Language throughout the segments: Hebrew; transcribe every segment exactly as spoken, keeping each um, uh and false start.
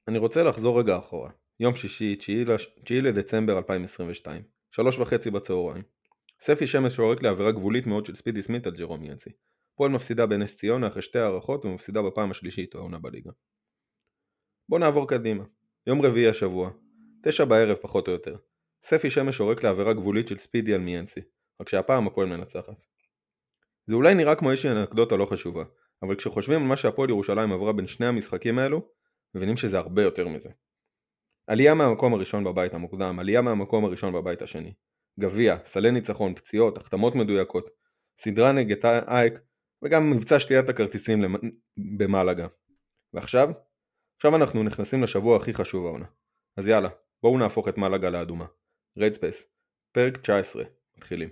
אני רוצה לחזור רגע אחורה. יום שישי, תשיעי לדצמבר אלפיים עשרים ושתיים, שלוש וחצי בצהריים. ספי שמש שורק לעבירה גבולית מאוד של ספידי סמית על ג'רום יאנסי. הפועל מפסידה בנס ציונה אחרי שתי הערכות ומפסידה בפעם השלישית העונה בליגה. בוא נעבור קדימה. יום רביעי השבוע, תשע בערב פחות או יותר. ספי שמש שורק לעבירה גבולית של ספידי על מיאנסי, רק שהפעם הפועל מנצחת. זה אולי נראה כמו איזושהי אנקדוטה לא חשובה, אבל כשחושבים על מה שהפועל ירושלים עברה בין שני המשחקים האלו, מבינים שזה הרבה יותר מזה. עלייה מהמקום הראשון בבית המוקדם, עלייה מהמקום הראשון בבית השני. גביע, סלי ניצחון, פציעות, החתמות מדויקות, סדרה נגד אייק, וגם מבצע שתיית הכרטיסים למ... במעלגה. ועכשיו? עכשיו אנחנו נכנסים לשבוע הכי חשוב העונה. אז יאללה, בואו נהפוך את מעלגה לאדומה. רד ספייס, פרק תשע עשרה, מתחילים.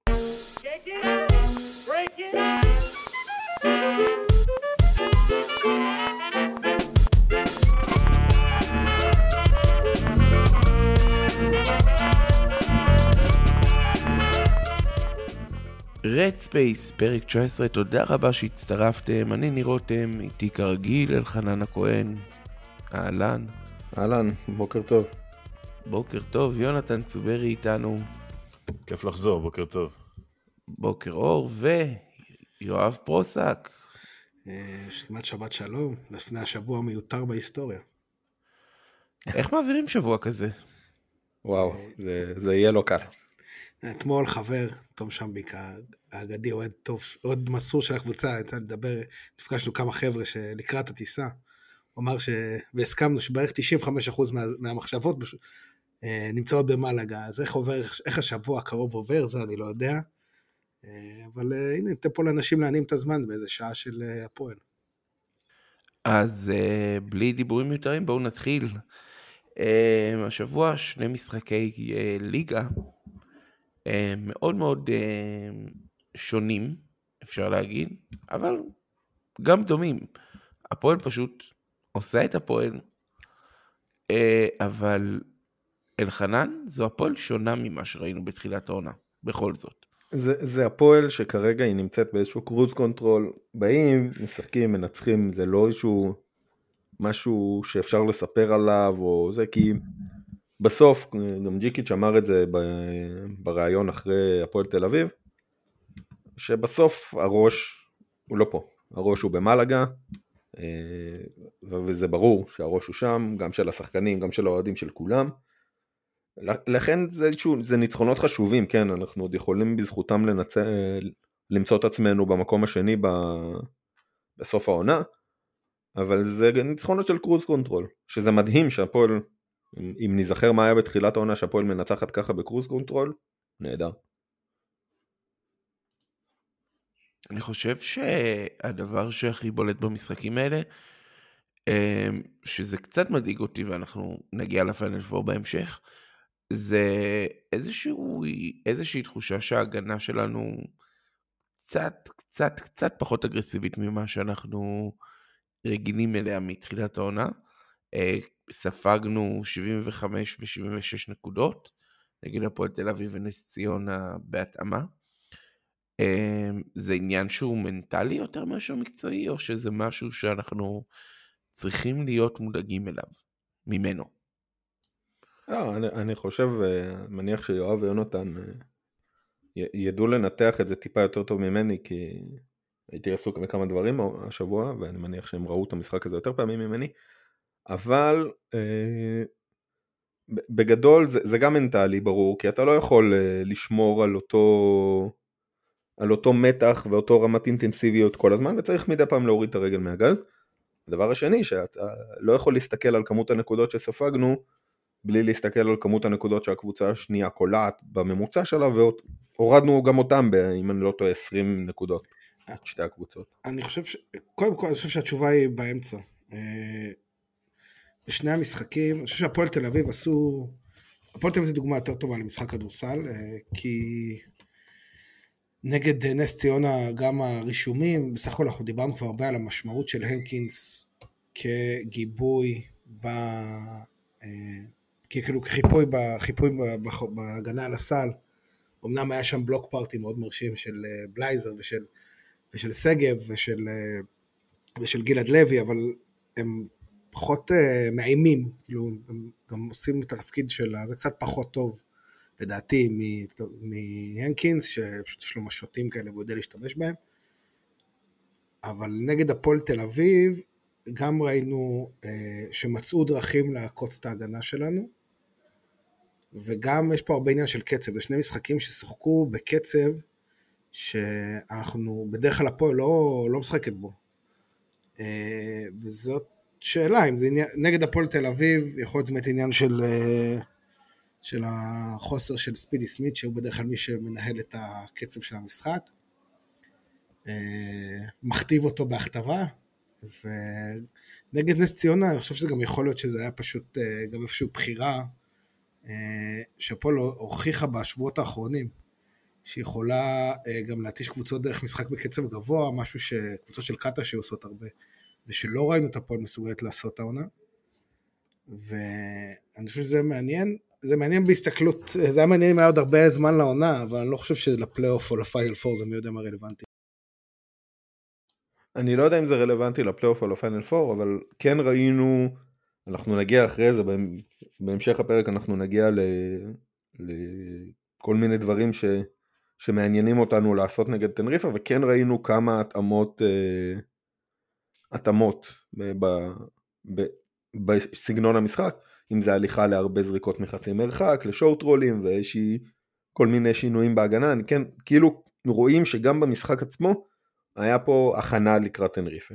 רד ספייס, פרק תשע עשרה, תודה רבה שהצטרפתם, אני ניר רותם, איתי כרגיל אלחנן הכהן, אהלן. אהלן, בוקר טוב. בוקר טוב, יונתן צוברי איתנו. כיף לחזור, בוקר טוב. בוקר אור, ויואב פרוסק. כמעט שבת שלום, לפני השבוע המיותר בהיסטוריה. איך מעבירים שבוע כזה? וואו, זה, זה יהיה לא קל. אתמול חבר, תום שמביק, האגדי, אוהד טוב, עוד מסור של הקבוצה, הייתה לדבר, נפגשנו כמה חבר'ה שלקראת הטיסה, הוא אמר ש... והסכמנו שבערך תשעים וחמישה אחוז מה... מהמחשבות בש... נמצאות במלגה, אז איך עובר, איך השבוע הקרוב עובר, זה אני לא יודע, אבל הנה, ניתן פה לאנשים להנים את הזמן באיזה שעה של הפועל. אז בלי דיבורים מיותרים, בואו נתחיל. השבוע שני משחקי ליגה, מאוד מאוד שונים, אפשר להגיד, אבל גם דומים. הפועל פשוט עושה את הפועל, אבל אלחנן, זו הפועל שונה ממה שראינו בתחילת העונה, בכל זאת. זה, זה הפועל שכרגע היא נמצאת באיזשהו קרוז קונטרול, באים, משחקים, מנצחים, זה לא איזשהו משהו שאפשר לספר עליו, או זה כי בסוף, גם ג'יקיץ' אמר את זה בראיון אחרי הפועל תל אביב, שבסוף הראש הוא לא פה, הראש הוא במלגה, וזה ברור שהראש הוא שם, גם של השחקנים, גם של האוהדים של כולם, לכן זה, זה ניצחונות חשובים, כן, אנחנו עוד יכולים בזכותם לנצח, למצוא את עצמנו במקום השני ב, בסוף העונה, אבל זה ניצחונות של קרוז קונטרול, שזה מדהים שהפועל, אם נזכר מה היה בתחילת העונה שהפועל מנצחת ככה בקרוז קונטרול, נהדר. אני חושב שהדבר שהכי בולט במשחקים האלה, שזה קצת מדאיג אותי ואנחנו נגיע לפיינל פור בהמשך, זה איזשהו, איזושהי תחושה שההגנה שלנו קצת, קצת, קצת פחות אגרסיבית ממה שאנחנו רגילים אליה מתחילת העונה. ספגנו שבעים וחמש ו-שבעים ושש נקודות נגד הפועל תל אביב ונס ציונה בהתאמה. זה עניין שהוא מנטלי יותר משהו מקצועי, או שזה משהו שאנחנו צריכים להיות מודאגים אליו, ממנו? לא, אני, אני חושב, מניח שיואב ויונתן ידעו לנתח את זה טיפה יותר טוב ממני, כי הייתי עסוק בכמה דברים השבוע, ואני מניח שהם ראו את המשחק הזה יותר פעמים ממני, אבל אה, בגדול זה, זה גם מנטלי ברור, כי אתה לא יכול אה, לשמור על אותו, על אותו מתח ואותו רמת אינטנסיביות כל הזמן, וצריך מדי פעם להוריד את הרגל מהגז. הדבר השני, שאתה לא יכול להסתכל על כמות הנקודות שספגנו, בלי להסתכל על כמות הנקודות שהקבוצה השנייה קולעת בממוצע שלה, והורדנו גם אותם, אם אני לא טועה, עשרים נקודות, שתי הקבוצות. אני חושב ש... קודם כל, אני חושב שהתשובה היא באמצע. בשני המשחקים, אני חושב שהפועל תל אביב עשו... הפועל תל אביב זו דוגמה יותר טובה למשחק כדורסל, כי נגד נס ציונה גם הרישומים, בסך הכל אנחנו דיברנו כבר הרבה על המשמעות של הנקינס כגיבוי ב... כאילו כחיפוי בחיפוי בהגנה על הסל. אמנם היה שם בלוק פארטי מאוד מרשים של בלייזר ושל, ושל סגב ושל, ושל גלעד לוי, אבל הם פחות uh, מאיימים, כאילו, גם, גם עושים את התפקיד שלה, זה קצת פחות טוב, לדעתי, מהנקינס, שפשוט יש לו משוטים כאלה, והוא יודע להשתמש בהם, אבל נגד הפועל תל אביב, גם ראינו uh, שמצאו דרכים לעקוץ את ההגנה שלנו, וגם יש פה הרבה עניין של קצב, זה שני משחקים ששוחקו בקצב, שאנחנו בדרך כלל הפועל לא, לא משחקת בו, uh, וזאת שאלה, אם זה עניין, נגד הפועל תל אביב, יכול להיות באמת עניין של, uh, של החוסר של ספידי סמית, שהוא בדרך כלל מי שמנהל את הקצב של המשחק, uh, מכתיב אותו בהכתבה, ונגד נס ציונה, אני חושב שזה גם יכול להיות שזה היה פשוט uh, גם איפשהו בחירה, uh, שהפועל הוכיחה בשבועות האחרונים, שיכולה uh, גם להתיש קבוצות דרך משחק בקצב גבוה, משהו שקבוצות של קטה שעושות הרבה, ושלא ראינו את הפועל מסוגלת לעשות העונה, ואני חושב שזה מעניין, זה מעניין בהסתכלות, זה היה מעניין אם היה עוד הרבה זמן לעונה, אבל אני לא חושב שלפלייאוף או לפיינל פור זה מי יודע מה רלוונטי. אני לא יודע אם זה רלוונטי לפלייאוף או לפיינל פור, אבל כן ראינו, אנחנו נגיע אחרי זה, בהמשך הפרק אנחנו נגיע לכל מיני דברים ש, שמעניינים אותנו לעשות נגד תנריפה, וכן ראינו כמה התאמות, התאמות ב, ב, בסגנון המשחק, אם זה הליכה להרבה זריקות מחצי מרחק, לשורט רולים ואיזושהי כל מיני שינויים בהגנה, אני כן, כאילו רואים שגם במשחק עצמו, היה פה הכנה לקראת תנריפה.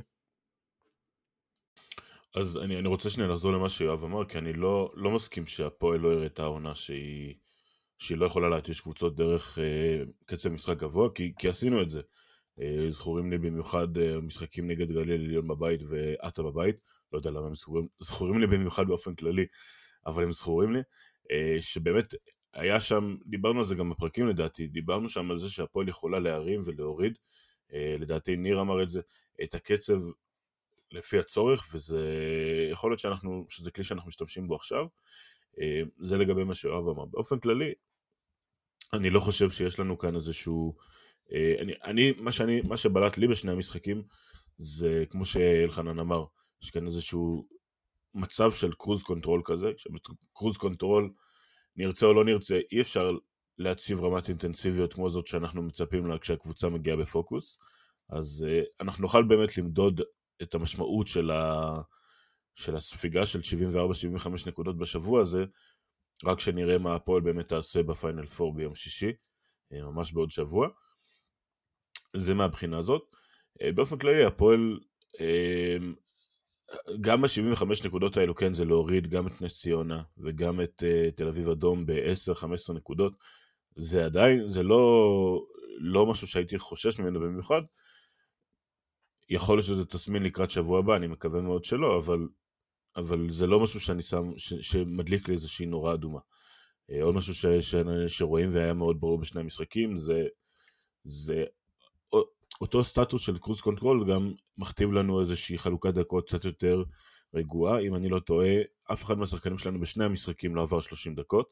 אז אני, אני רוצה שנייה לחזור למה שיואב אמר, כי אני לא, לא מסכים שהפועל לא הראה את העונה שהיא, שהיא לא יכולה להתיש קבוצות דרך אה, קצב משחק גבוה, כי, כי עשינו את זה. אה, זכורים לי במיוחד אה, משחקים נגד גליל עליון בבית ועטה בבית, לא יודע למה הם זכורים, זכורים לי במיוחד באופן כללי, אבל הם זכורים לי, אה, שבאמת היה שם, דיברנו על זה גם בפרקים לדעתי, דיברנו שם על זה שהפועל יכולה להרים ולהוריד, אה, לדעתי ניר אמר את זה, את הקצב לפי הצורך, וזה יכול להיות שאנחנו, שזה כלי שאנחנו משתמשים בו עכשיו, אה, זה לגבי מה שאוהב אמר. באופן כללי, אני לא חושב שיש לנו כאן איזשהו, אה, אני, אני, מה שאני, מה שבלט לי בשני המשחקים, זה כמו שאלחנן אמר, יש כאן איזשהו מצב של קרוז קונטרול כזה, שבקרוז קונטרול, נרצה או לא נרצה, אי אפשר להציב רמת אינטנסיביות כמו זאת שאנחנו מצפים לה כשהקבוצה מגיעה בפוקוס, אז uh, אנחנו נוכל באמת למדוד את המשמעות של, ה... של הספיגה של שבעים וארבע שבעים וחמש נקודות בשבוע הזה, רק שנראה מה הפועל באמת תעשה בפיינל פור ביום שישי, ממש בעוד שבוע. זה מהבחינה הזאת. באופן כללי, הפועל, גם ה-שבעים וחמש נקודות האלו, כן, זה להוריד גם את נס ציונה, וגם את תל אביב אדום ב-עשר חמש עשרה נקודות, זה עדיין, זה לא, לא משהו שהייתי חושש ממנו במיוחד, יכול להיות שזה תסמין לקראת שבוע הבא, אני מקווה מאוד שלא, אבל, אבל זה לא משהו שאני שם, ש, שמדליק לי איזושהי נורה אדומה. עוד משהו ש, ש, שרואים והיה מאוד ברור בשני המשחקים, זה, זה אותו סטטוס של קרוז קונטרול גם מכתיב לנו איזושהי חלוקת דקות קצת יותר רגועה, אם אני לא טועה, אף אחד מהשחקנים שלנו בשני המשחקים לא עבר שלושים דקות,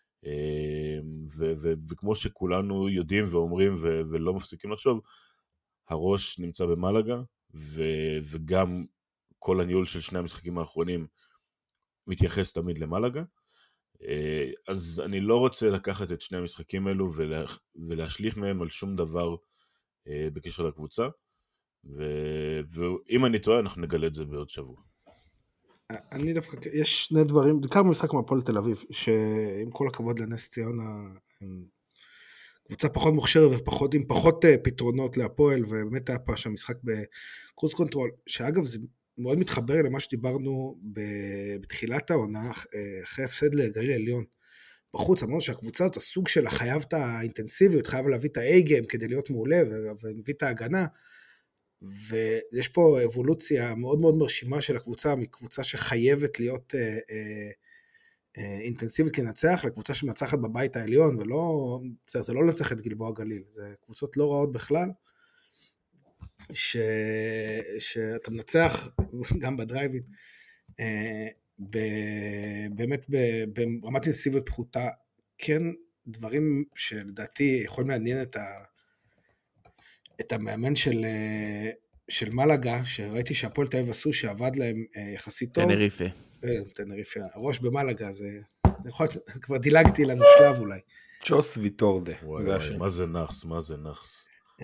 ו- ו- וכמו שכולנו יודעים ואומרים ו- ולא מפסיקים לחשוב, הראש נמצא במלאגה, ו- וגם כל הניהול של שני המשחקים האחרונים מתייחס תמיד למלאגה, אז אני לא רוצה לקחת את שני המשחקים האלו ולה- ולהשליך מהם על שום דבר בקשר לקבוצה, ו- ואם אני טועה אנחנו נגלה את זה בעוד שבוע. אני דווקא, יש שני דברים, בעיקר במשחק מהפועל תל אביב, שעם כל הכבוד לנס ציונה, הם קבוצה פחות מוכשרת ופחות, עם פחות פתרונות להפועל, ובאמת היה פה שהמשחק בקרוז קונטרול, שאגב זה מאוד מתחבר למה שדיברנו בתחילת העונה, אחרי הפסד לגליל עליון. בחוץ, אמרנו שהקבוצה הזאת, הסוג שלה חייב את האינטנסיביות, חייב להביא את ה-A-game כדי להיות מעולה, ולהביא את ההגנה, ויש פה אבולוציה מאוד מאוד מרשימה של הקבוצה, מקבוצה שחייבת להיות אה, אה, אה, אינטנסיבית כנצח, לקבוצה שמנצחת בבית העליון, ולא, זה, זה לא לנצח את גלבוע גליל, זה קבוצות לא רעות בכלל, ש, שאתה מנצח גם בדרייבין, אה, ב, באמת ב, ברמת אינטנסיביות פחותה, כן דברים שלדעתי יכולים לעניין את, ה, את המאמן של... של מלאגה, שראיתי שהפועל תל אביב עשו, שעבד להם יחסית טוב. טנריפה. טנריפה, הראש במלאגה, זה... כבר דילגתי לנו שלב אולי. צ'וס ויטורדה. וואי וואי, מה זה נחס, מה זה נחס.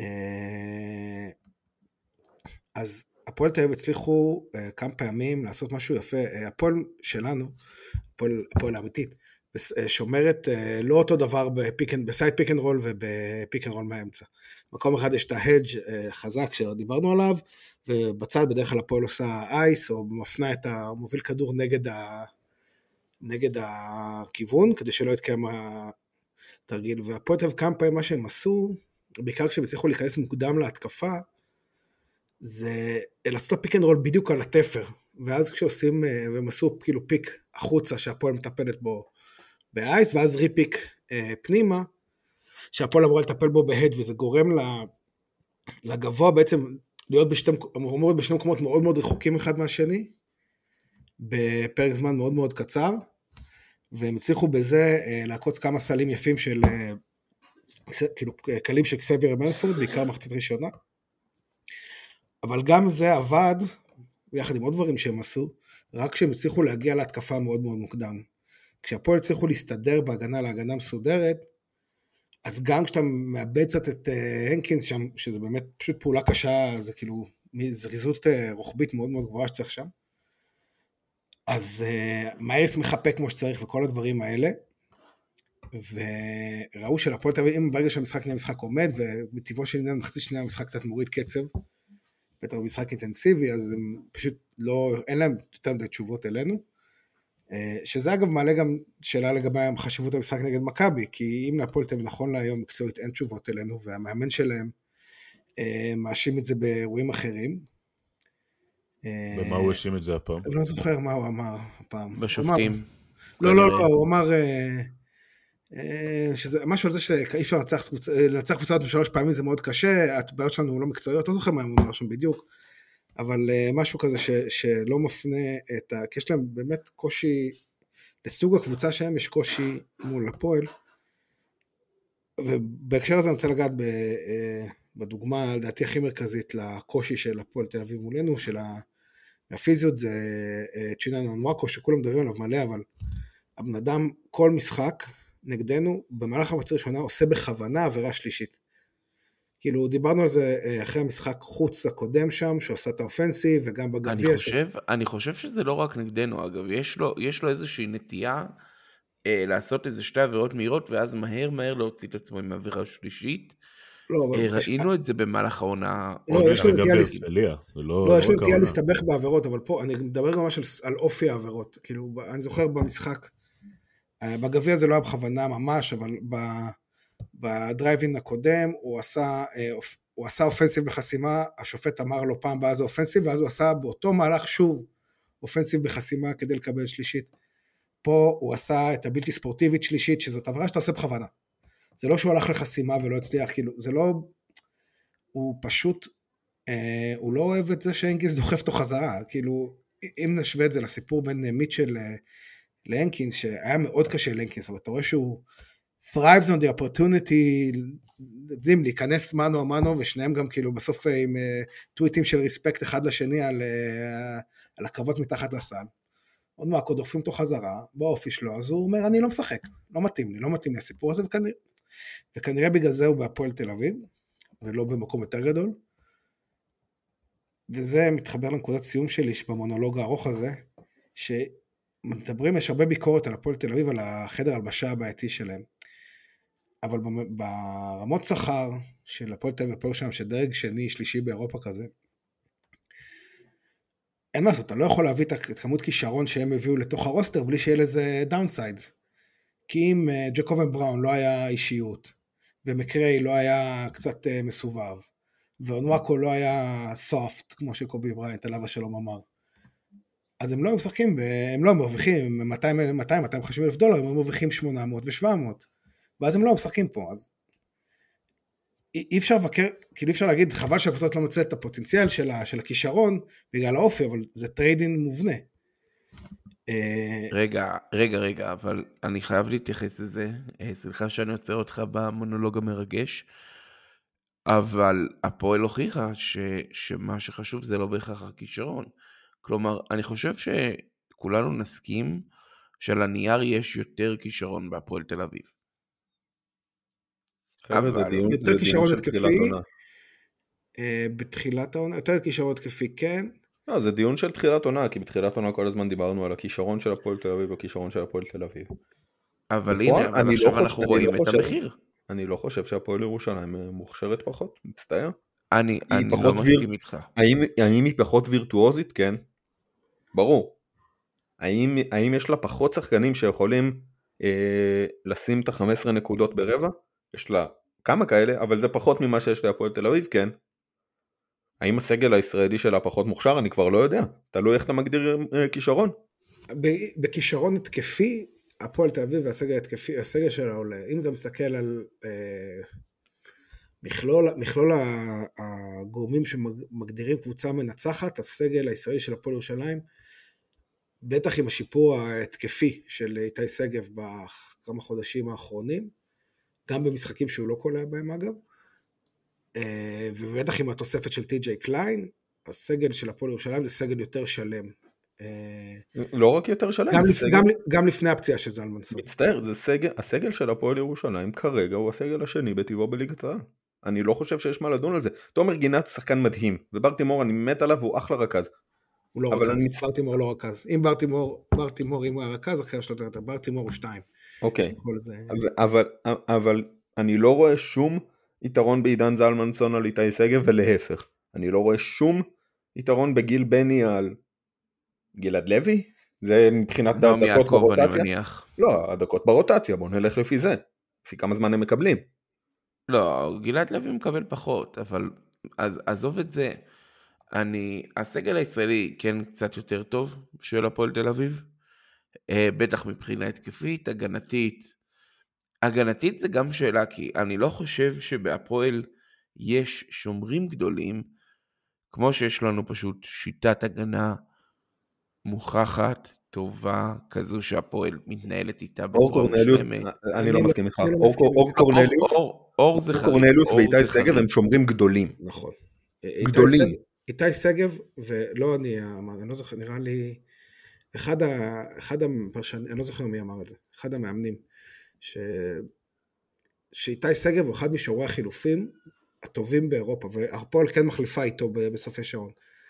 אז הפועל תל אביב הצליחו כמה פעמים לעשות משהו יפה. הפועל שלנו, הפועל האמיתית, שומרת לא אותו דבר בסייד פיק אנד רול ובפיק אנד רול מהאמצע. מקום אחד יש את ההדג' חזק שדיברנו עליו, ובצד בדרך כלל הפועל עושה אייס, או מפנה את המוביל כדור נגד, ה... נגד הכיוון, כדי שלא יתקיים התרגיל. והפועל תל אביב כמה פעמים מה שהם עשו, בעיקר כשהם הצליחו להיכנס מוקדם להתקפה, זה לעשות הפיק אנד רול בדיוק על התפר, ואז כשעושים, והם עשו כאילו פיק החוצה שהפועל מטפלת בו באייס, ואז ריפיק אה, פנימה, שהפועל אמורה לטפל בו בהד, וזה גורם לגבוה בעצם להיות בשתי, אמורות בשני מקומות מאוד מאוד רחוקים אחד מהשני, בפרק זמן מאוד מאוד קצר, והם הצליחו בזה אה, לעקוץ כמה סלים יפים של, אה, כאילו קלים של קסביר מנפורד, בעיקר מחצית ראשונה, אבל גם זה עבד, ביחד עם עוד דברים שהם עשו, רק כשהם הצליחו להגיע להתקפה מאוד מאוד מוקדם. כשהפועל הצליחו להסתדר בהגנה להגנה מסודרת, אז גם כשאתה מאבד קצת את הנקינס שם, שזה באמת פשוט פעולה קשה, זה כאילו זריזות רוחבית מאוד מאוד גבוהה שצריך שם, אז מיירס מחפה כמו שצריך וכל הדברים האלה, וראו שלפועל תל אביב, אם ברגע שהמשחק נהיה משחק עומד, ומטבעו של עניין מחצית שנייה המשחק קצת מוריד קצב, בטח במשחק אינטנסיבי, אז הם פשוט לא, אין להם יותר מדי תשובות אלינו, שזה אגב מעלה גם שאלה לגבי חשיבות המשחק נגד מכבי, כי אם להפועל תל אביב נכון להיום מקצועית אין תשובות אלינו, והמאמן שלהם מאשים את זה באירועים אחרים. ומה הוא האשים את זה הפעם? אני לא זוכר מה הוא אמר הפעם. בשופטים. לא, לא, לא, הוא אמר שזה משהו על זה שאי אפשר לנצח קבוצה בשלוש פעמים זה מאוד קשה, הבעיות שלנו לא מקצועיות, לא זוכר מה הוא אמר שם בדיוק, אבל משהו כזה ש, שלא מפנה את ה... כי יש להם באמת קושי, לסוג הקבוצה שהם יש קושי מול הפועל, ובהקשר הזה אני רוצה לגעת ב, בדוגמה, לדעתי הכי מרכזית לקושי של הפועל תל אביב מולנו, של הפיזיות, זה צ'ינן אונוואקו, שכולם מדברים עליו מלא, אבל הבן אדם כל משחק נגדנו, במהלך המציא ראשונה, עושה בכוונה עבירה שלישית. כאילו, דיברנו על זה אחרי המשחק חוץ הקודם שם, שעושה את האופנסיב, וגם בגביע. אני חושב, שעושה... אני חושב שזה לא רק נגדנו, אגב, יש לו, יש לו איזושהי נטייה אה, לעשות איזה שתי עבירות מהירות, ואז מהר מהר להוציא את עצמו עם עבירה שלישית. לא, אבל... אה, ראינו את זה במהלך העונה. לא, יש לו נטייה להסתבך בעבירות, אבל פה אני מדבר גם ממש על אופי העבירות. כאילו, אני זוכר במשחק, בגביע זה לא היה בכוונה ממש, אבל ב... בדרייבין הקודם, הוא עשה, הוא עשה אופנסיב בחסימה, השופט אמר לו פעם באה זה אופנסיב, ואז הוא עשה באותו מהלך שוב אופנסיב בחסימה כדי לקבל שלישית. פה הוא עשה את הבלתי ספורטיבית שלישית, שזאת עברה שאתה עושה בכוונה. זה לא שהוא הלך לחסימה ולא הצליח, כאילו, זה לא, הוא פשוט, אה, הוא לא אוהב את זה שהנקינס דוחף אותו חזרה, כאילו, אם נשווה את זה לסיפור בין מיטשל להנקינס, שהיה מאוד קשה להנקינס, אבל אתה רואה שהוא, thrives on the opportunity, יודעים, להיכנס מנו המנו, ושניהם גם כאילו בסוף עם uh, טוויטים של ריספקט אחד לשני על, uh, על הקרבות מתחת לסל. עוד מעקו דוחפים אותו חזרה, באופי שלו, אז הוא אומר, אני לא משחק, לא מתאים לי, לא מתאים לי הסיפור הזה, וכנראה, וכנראה בגלל זה הוא בהפועל תל אביב, ולא במקום יותר גדול, וזה מתחבר לנקודת סיום שלי, במונולוג הארוך הזה, שמדברים, יש הרבה ביקורת על הפועל תל אביב, על החדר הלבשה הבעייתי שלהם, אבל ברמות שכר של הפועל תל אביב ופה שם, שדרג שני, שלישי באירופה כזה, אין מה לעשות, אתה לא יכול להביא את כמות כישרון שהם הביאו לתוך הרוסטר, בלי שיהיה לזה דאונסיידס. כי אם ג'קובן בראון לא היה אישיות, ומקריי לא היה קצת מסובב, ואונוואקו לא היה סופט, כמו שקובי בריינט, עליו השלום אמר, אז הם לא משחקים, הם לא מרוויחים מאתיים מאתיים וחמישים אלף דולר, הם מרוויחים שמונה מאות ושבע מאות, ואז הם לא משחקים פה, אז אי אפשר לבקר, כאילו אי אפשר להגיד, חבל שהקבוצות לא מצא את הפוטנציאל של, של הכישרון, בגלל האופי, אבל זה טריידין מובנה. רגע, רגע, רגע, אבל אני חייב להתייחס לזה, סליחה שאני עוצר אותך במונולוג המרגש, אבל הפועל הוכיחה ש, שמה שחשוב זה לא בהכרח הכישרון. כלומר, אני חושב שכולנו נסכים שעל הנייר יש יותר כישרון בהפועל תל אביב. חבר'ה, זה אבל דיון, יותר זה דיון כישרון של התקפי. תחילת עונה. אה, בתחילת העונה, יותר כישרון התקפי כן, לא, זה דיון של תחילת עונה, כי בתחילת עונה כל הזמן דיברנו על הכישרון של הפועל תל אביב והכישרון של הפועל תל אביב. אבל בפועל, הנה, אבל אני לא עכשיו חושב- אנחנו אני רואים לא את חושב- המחיר. אני לא חושב שהפועל ירושלים אה, מוכשרת פחות, מצטער. אני, היא אני לא פחות מסכים ויר- איתך. האם, האם היא פחות וירטואוזית? כן. ברור. האם, האם יש לה פחות שחקנים שיכולים אה, לשים את ה-חמש עשרה נקודות ברבע? יש לה כמה כאלה, אבל זה פחות ממה שיש להפועל תל אביב, כן. האם הסגל הישראלי שלה פחות מוכשר? אני כבר לא יודע. תלוי איך אתה מגדיר אה, כישרון. ב- בכישרון התקפי, הפועל תל אביב והסגל התקפי, הסגל שלה עולה. אם אתה מסתכל על אה, מכלול, מכלול ה- הגורמים שמגדירים קבוצה מנצחת, הסגל הישראלי של הפועל ירושלים, בטח עם השיפור ההתקפי של איתי שגב בכמה חודשים האחרונים, גם במשחקים שהוא לא קולע בהם אגב, אה, ובטח עם התוספת של טי.ג'יי קליין, הסגל של הפועל ירושלים זה סגל יותר שלם. אה, לא רק יותר שלם. גם, זה לפ, סגל- גם, גם לפני הפציעה של זלמנסון. מצטער, זה סגל, הסגל של הפועל ירושלים כרגע הוא הסגל השני בטבעו בליגת העל. אני לא חושב שיש מה לדון על זה. תומר גינת הוא שחקן מדהים, וברטימור אני מת עליו, הוא אחלה רכז. הוא לא אבל רכז, אני מצ- ברטימור לא רכז. אם ברטימור, ברטימור אם הוא היה רכז, אחרי שלו יותר, ברטימור הוא שתיים. אוקיי. כל זה... אבל, אבל, אבל אני לא רואה שום יתרון בעידן זלמנסון על איתי שגב, ולהפך. אני לא רואה שום יתרון בגיל בני על גלעד לוי. זה מבחינת נועם הדקות יעקב, אני ברוטציה. מניח. לא, הדקות ברוטציה, בוא נלך לפי זה. לפי כמה זמן הם מקבלים. לא, גלעד לוי מקבל פחות, אבל אז עזוב את זה. אני, הסגל הישראלי כן קצת יותר טוב של הפועל תל אביב, אה, בטח מבחינה התקפית, הגנתית. הגנתית זה גם שאלה, כי אני לא חושב שבהפועל יש שומרים גדולים, כמו שיש לנו פשוט שיטת הגנה מוכחת, טובה, כזו שהפועל מתנהלת איתה אור בצורה קורנליוס, מושלמת. אני אני לא לא- מסכים איתך. אני לא אור מסכים. אור קורנליוס, אור, אור זה אור חריג. קורנליוס אור ואיתי זה שגב חריג. הם שומרים גדולים. נכון. גדולים. איתי שגב- איתי שגב, ולא אני, אני לא זוכר, נראה לי, אחד, ה, אחד הפרשנים, אני לא זוכר מי אמר את זה, אחד המאמנים, ש, שאיתי שגב הוא אחד משוערי החילופים הטובים באירופה, והפועל כן מחליפה איתו ב- בסופי שעון.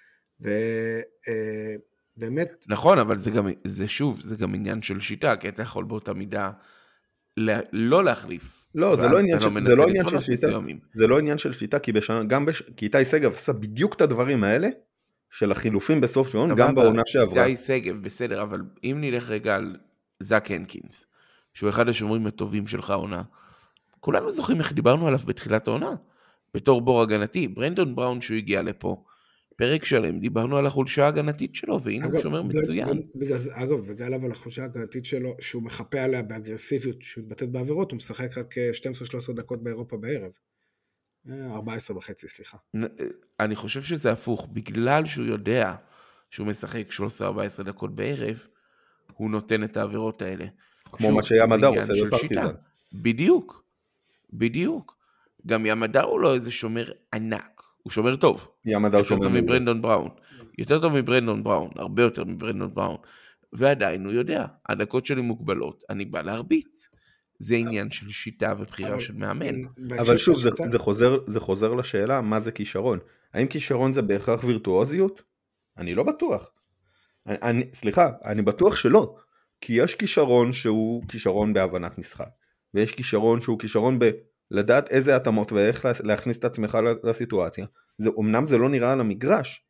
ובאמת, נכון, אבל זה גם, זה שוב, זה גם עניין של שיטה, כי אתה יכול באותה מידה לה, לא להחליף. לא, זה ואז לא עניין אתה של- מנצל זה לא עניין של יתרונות שיטה. מסוימים. זה לא עניין של שיטה, כי בשנה, גם בש... כי איתי שגב עשה בדיוק את הדברים האלה, של החילופים בסוף שעון, גם סבבה, בעונה שעברה. איתי שגב, בסדר, אבל אם נלך רגע על זאק הנקינס, שהוא אחד השומרים הטובים שלך העונה, כולנו זוכרים איך דיברנו עליו בתחילת העונה, בתור בור הגנתי. ברנדון בראון שהוא הגיע לפה, פרק שלם, דיברנו על החולשה ההגנתית שלו, והנה הוא אגב, שומר ב- מצוין. ב- בגלל זה, אגב, בגלל אבל החולשה ההגנתית שלו, שהוא מחפה עליה באגרסיביות שמתבטאת בעבירות, הוא משחק רק שתים עשרה שלוש עשרה דקות באירופה בערב. אה, ארבע עשרה וחצי, סליחה. אני חושב שזה הפוך, בגלל שהוא יודע שהוא משחק שלוש עשרה ארבע עשרה דקות בערב, הוא נותן את העבירות האלה. כמו שוב, מה שים זה הדר עניין עושה של בפרטיזן. שיטה. בדיוק, בדיוק. גם ים הדר הוא לא איזה שומר ענק, הוא שומר טוב. ים הדר יותר שומר טוב מעולה. מברנדון בראון. יותר טוב מברנדון בראון, הרבה יותר מברנדון בראון. ועדיין הוא יודע, הדקות שלי מוגבלות, אני בא להרביץ. זה עניין של שיטה ובחירה אבל- של מאמן. בהקשר אבל של שוב, זה, השיטה- זה, חוזר, זה חוזר לשאלה מה זה כישרון. האם כישרון זה בהכרח וירטואוזיות? אני לא בטוח. אני, אני, סליחה, אני בטוח שלא. כי יש כישרון שהוא כישרון בהבנת משחק. ויש כישרון שהוא כישרון בלדעת איזה התאמות ואיך להכניס את עצמך לסיטואציה. זה, אמנם זה לא נראה על המגרש,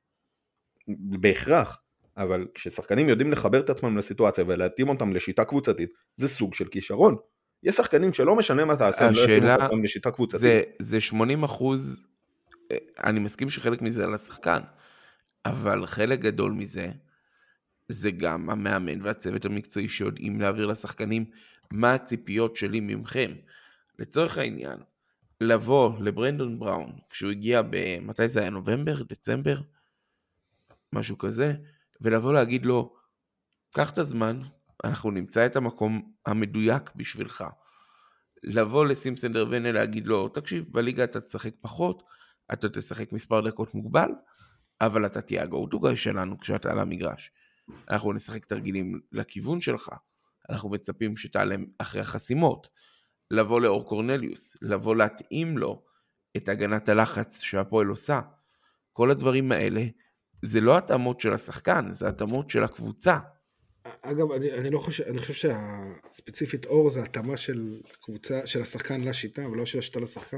בהכרח. אבל כששחקנים יודעים לחבר את עצמם לסיטואציה ולהתאים אותם לשיטה קבוצתית, זה סוג של כישרון. יש שחקנים שלא משנה מה תעשה, הם לא יתאימו השאלה- אותם לשיטה קבוצתית. זה, זה שמונים אחוז, אני מסכים שחלק מזה על השחקן, אבל חלק גדול מזה, זה גם המאמן והצוות המקצועי שיודעים להעביר לשחקנים מה הציפיות שלי ממכם. לצורך העניין, לבוא לברנדון בראון, כשהוא הגיע במתי זה היה, נובמבר, דצמבר, משהו כזה, ולבוא להגיד לו, קח את הזמן, אנחנו נמצא את המקום המדויק בשבילך. לבוא לסימסנדר ונה להגיד לו, תקשיב, בליגה אתה תשחק פחות, אתה תשחק מספר דקות מוגבל, אבל אתה תהיה הגו-טו-גאי שלנו כשאתה על המגרש. אנחנו נשחק תרגילים לכיוון שלך, אנחנו מצפים שתעלה אחרי החסימות, לבוא לאור קורנליוס, לבוא להתאים לו את הגנת הלחץ שהפועל עושה. כל הדברים האלה, זה לא התאמות של השחקן, זה התאמות של הקבוצה. אגב, אני, אני לא חושב, אני חושב שהספציפית אור זה התאמה של הקבוצה, של השחקן לשיטה, ולא של השיטה לשחקן.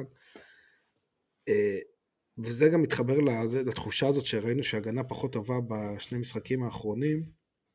וזה גם מתחבר לזה, לתחושה הזאת שראינו שהגנה פחות טובה בשני משחקים האחרונים,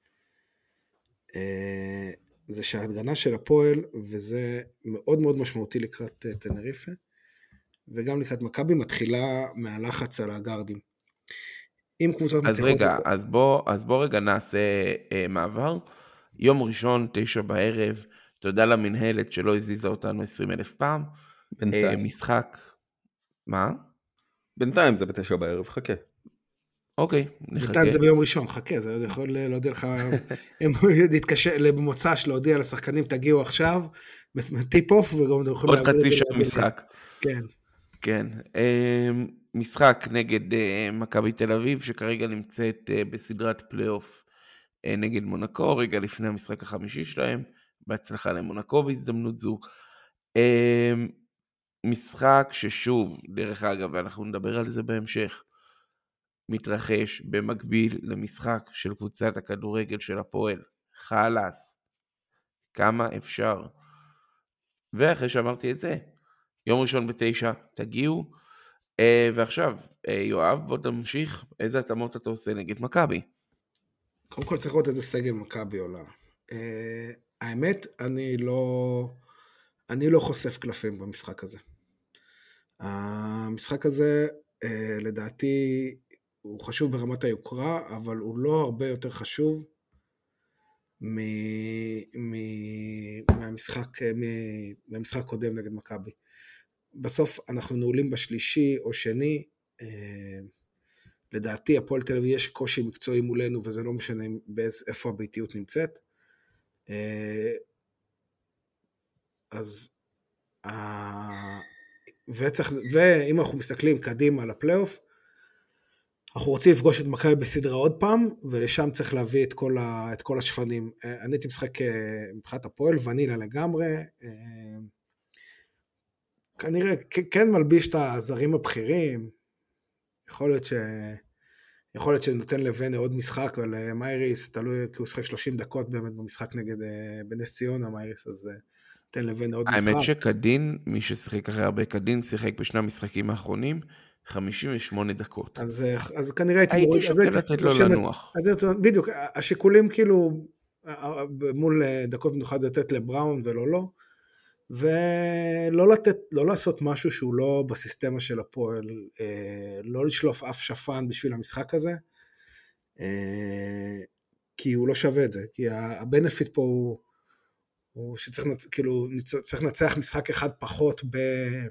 זה שההגנה של הפועל, וזה מאוד מאוד משמעותי לקראת טנריפה, וגם לקראת מכבי מתחילה מהלחץ על הגארדים. אם קבוצות אז רגע, בכל... אז, בוא, אז בוא רגע נעשה אה, מעבר. יום ראשון, תשע בערב, תודה למנהלת שלא הזיזה אותנו עשרים אלף פעם. בינתיים. אה, משחק, מה? בינתיים זה בתשע בערב, חכה. אוקיי, נחכה. בינתיים זה ביום ראשון, חכה, זה יכול להודיע לך, אם הוא יתקשר במוצא שלו, להודיע לשחקנים, תגיעו עכשיו, טיפ אוף, וגם אתם יכולים עוד חצי שעה משחק. כן. כן, משחק נגד מכבי תל אביב, שכרגע נמצאת בסדרת פלייאוף נגד מונקו, רגע לפני המשחק החמישי שלהם, בהצלחה למונקו בהזדמנות זו. משחק ששוב, דרך אגב, ואנחנו נדבר על זה בהמשך, מתרחש במקביל למשחק של קבוצת הכדורגל של הפועל. חלאס. כמה אפשר. ואחרי שאמרתי את זה, יום ראשון בתשע, תגיעו. ועכשיו, יואב, בוא תמשיך. איזה התאמות אתה עושה נגד מכבי? קודם כל צריך לראות איזה סגל מכבי עולה. האמת, אני לא, אני לא חושף קלפים במשחק הזה. המשחק הזה, לדעתי, הוא חשוב ברמת היוקרה, אבל הוא לא הרבה יותר חשוב מהמשחק, מהמשחק קודם נגד מכבי. בסוף אנחנו נעולים בשלישי או שני, לדעתי הפועל תל אביב יש קושי מקצועי מולנו, וזה לא משנה איפה הביתיות נמצאת. אז, וצריך, ואם אנחנו מסתכלים קדימה על הפלייאוף, אנחנו רוצים לפגוש את מכבי בסדרה עוד פעם, ולשם צריך להביא את כל, ה, את כל השפנים. אני הייתי משחק מבחינת הפועל, ונילה לגמרי, כנראה כן מלביש את הזרים הבכירים, יכול להיות ש... יכול להיות שנותן לבן עוד משחק, אבל מייריס, תלוי, כי הוא שחק שלושים דקות באמת במשחק נגד בנס ציונה, מייריס, אז נותן לבן עוד משחק. האמת שקדין, מי ששיחק אחרי הרבה קדין, שיחק בשני המשחקים האחרונים, חמישים ושמונה דקות. אז, אז כנראה הייתי מוריד... הייתי שוקל לתת לו לנוח. אז בדיוק, השיקולים כאילו, מול דקות בנוחד זה לתת לבראון ולא לא, ולא לתת, לא לעשות משהו שהוא לא בסיסטמה של הפועל, לא לשלוף אף שפן בשביל המשחק הזה, כי הוא לא שווה את זה, כי הבנפיט פה הוא, הוא שצריך כאילו, צריך לנצח משחק אחד פחות ב...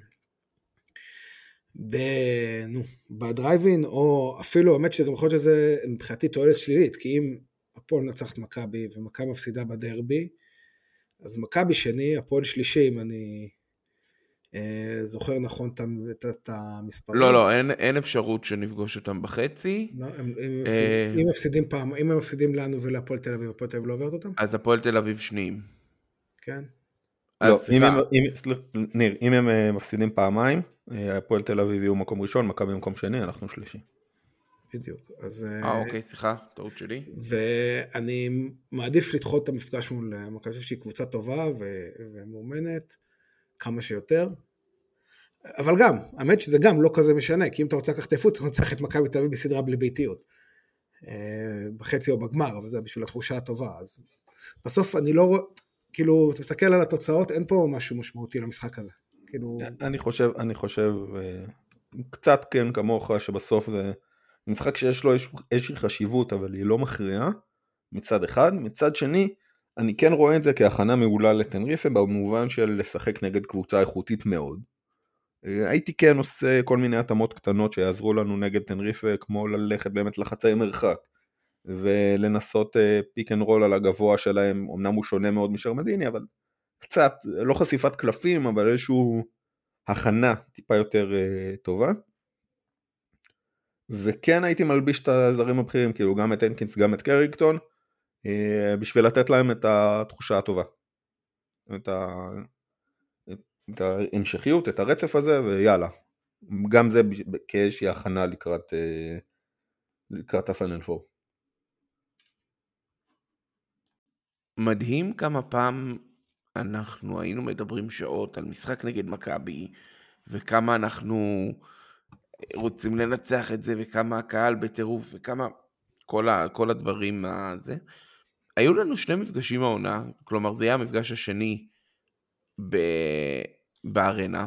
ב... נו, בדרייבין, או אפילו, האמת שזה גם יכול להיות שזה מבחינתי תועלת שלילית, כי אם הפועל נצחת מכבי, ומכבי מפסידה בדרבי, אז מכבי שני, הפועל שלישי, אם אני אה, זוכר נכון את, את המספרים. לא, לא, אין, אין אפשרות שנפגוש אותם בחצי. לא, הם, הם, אה... אם מפסידים פעם, אם הם מפסידים לנו ולהפועל תל אביב, הפועל תל אביב לא עוברת אותם? אז הפועל תל אביב שניים. כן. לא, אם הם, אם, סליח, ניר, אם הם מפסידים פעמיים, הפועל תל אביב יהיו מקום ראשון, מכבי במקום שני, אנחנו שלישי. בדיוק. אז... אה, אוקיי, סליחה, טעות שלי. ואני מעדיף לדחות את המפגש מול מכבי שהיא קבוצה טובה ומאומנת, כמה שיותר. אבל גם, האמת שזה גם לא כזה משנה, כי אם אתה רוצה לקחת איפות, צריך לנצח את מכבי תל אביב בסדרה בלי ביתיות. בחצי או בגמר, אבל זה בשביל התחושה הטובה. אז בסוף אני לא רואה, כאילו, אתה מסתכל על התוצאות, אין פה משהו משמעותי למשחק הזה. כאילו... אני חושב, אני חושב, קצת כן כמוך, שבסוף זה משחק שיש לו איזושהי חשיבות, אבל היא לא מכריעה, מצד אחד. מצד שני, אני כן רואה את זה כהכנה מעולה לטנריפה, במובן של לשחק נגד קבוצה איכותית מאוד. הייתי כן עושה כל מיני התאמות קטנות שיעזרו לנו נגד טנריפה, כמו ללכת באמת לחצי מרחק, ולנסות פיק אנד רול על הגבוה שלהם, אמנם הוא שונה מאוד משרמדיני, אבל קצת, לא חשיפת קלפים, אבל איזשהו הכנה טיפה יותר uh, טובה. וכן הייתי מלביש את הזרים הבכירים, כאילו גם את הנקינס, גם את קריקטון, uh, בשביל לתת להם את התחושה הטובה. את, ה... את ההמשכיות, את הרצף הזה, ויאללה. גם זה כאיזושהי הכנה לקראת, uh, לקראת הפיינל פור. מדהים כמה פעם אנחנו היינו מדברים שעות על משחק נגד מכבי, וכמה אנחנו רוצים לנצח את זה, וכמה הקהל בטירוף, וכמה כל, ה, כל הדברים הזה. היו לנו שני מפגשים העונה, כלומר זה היה המפגש השני ב, בארנה.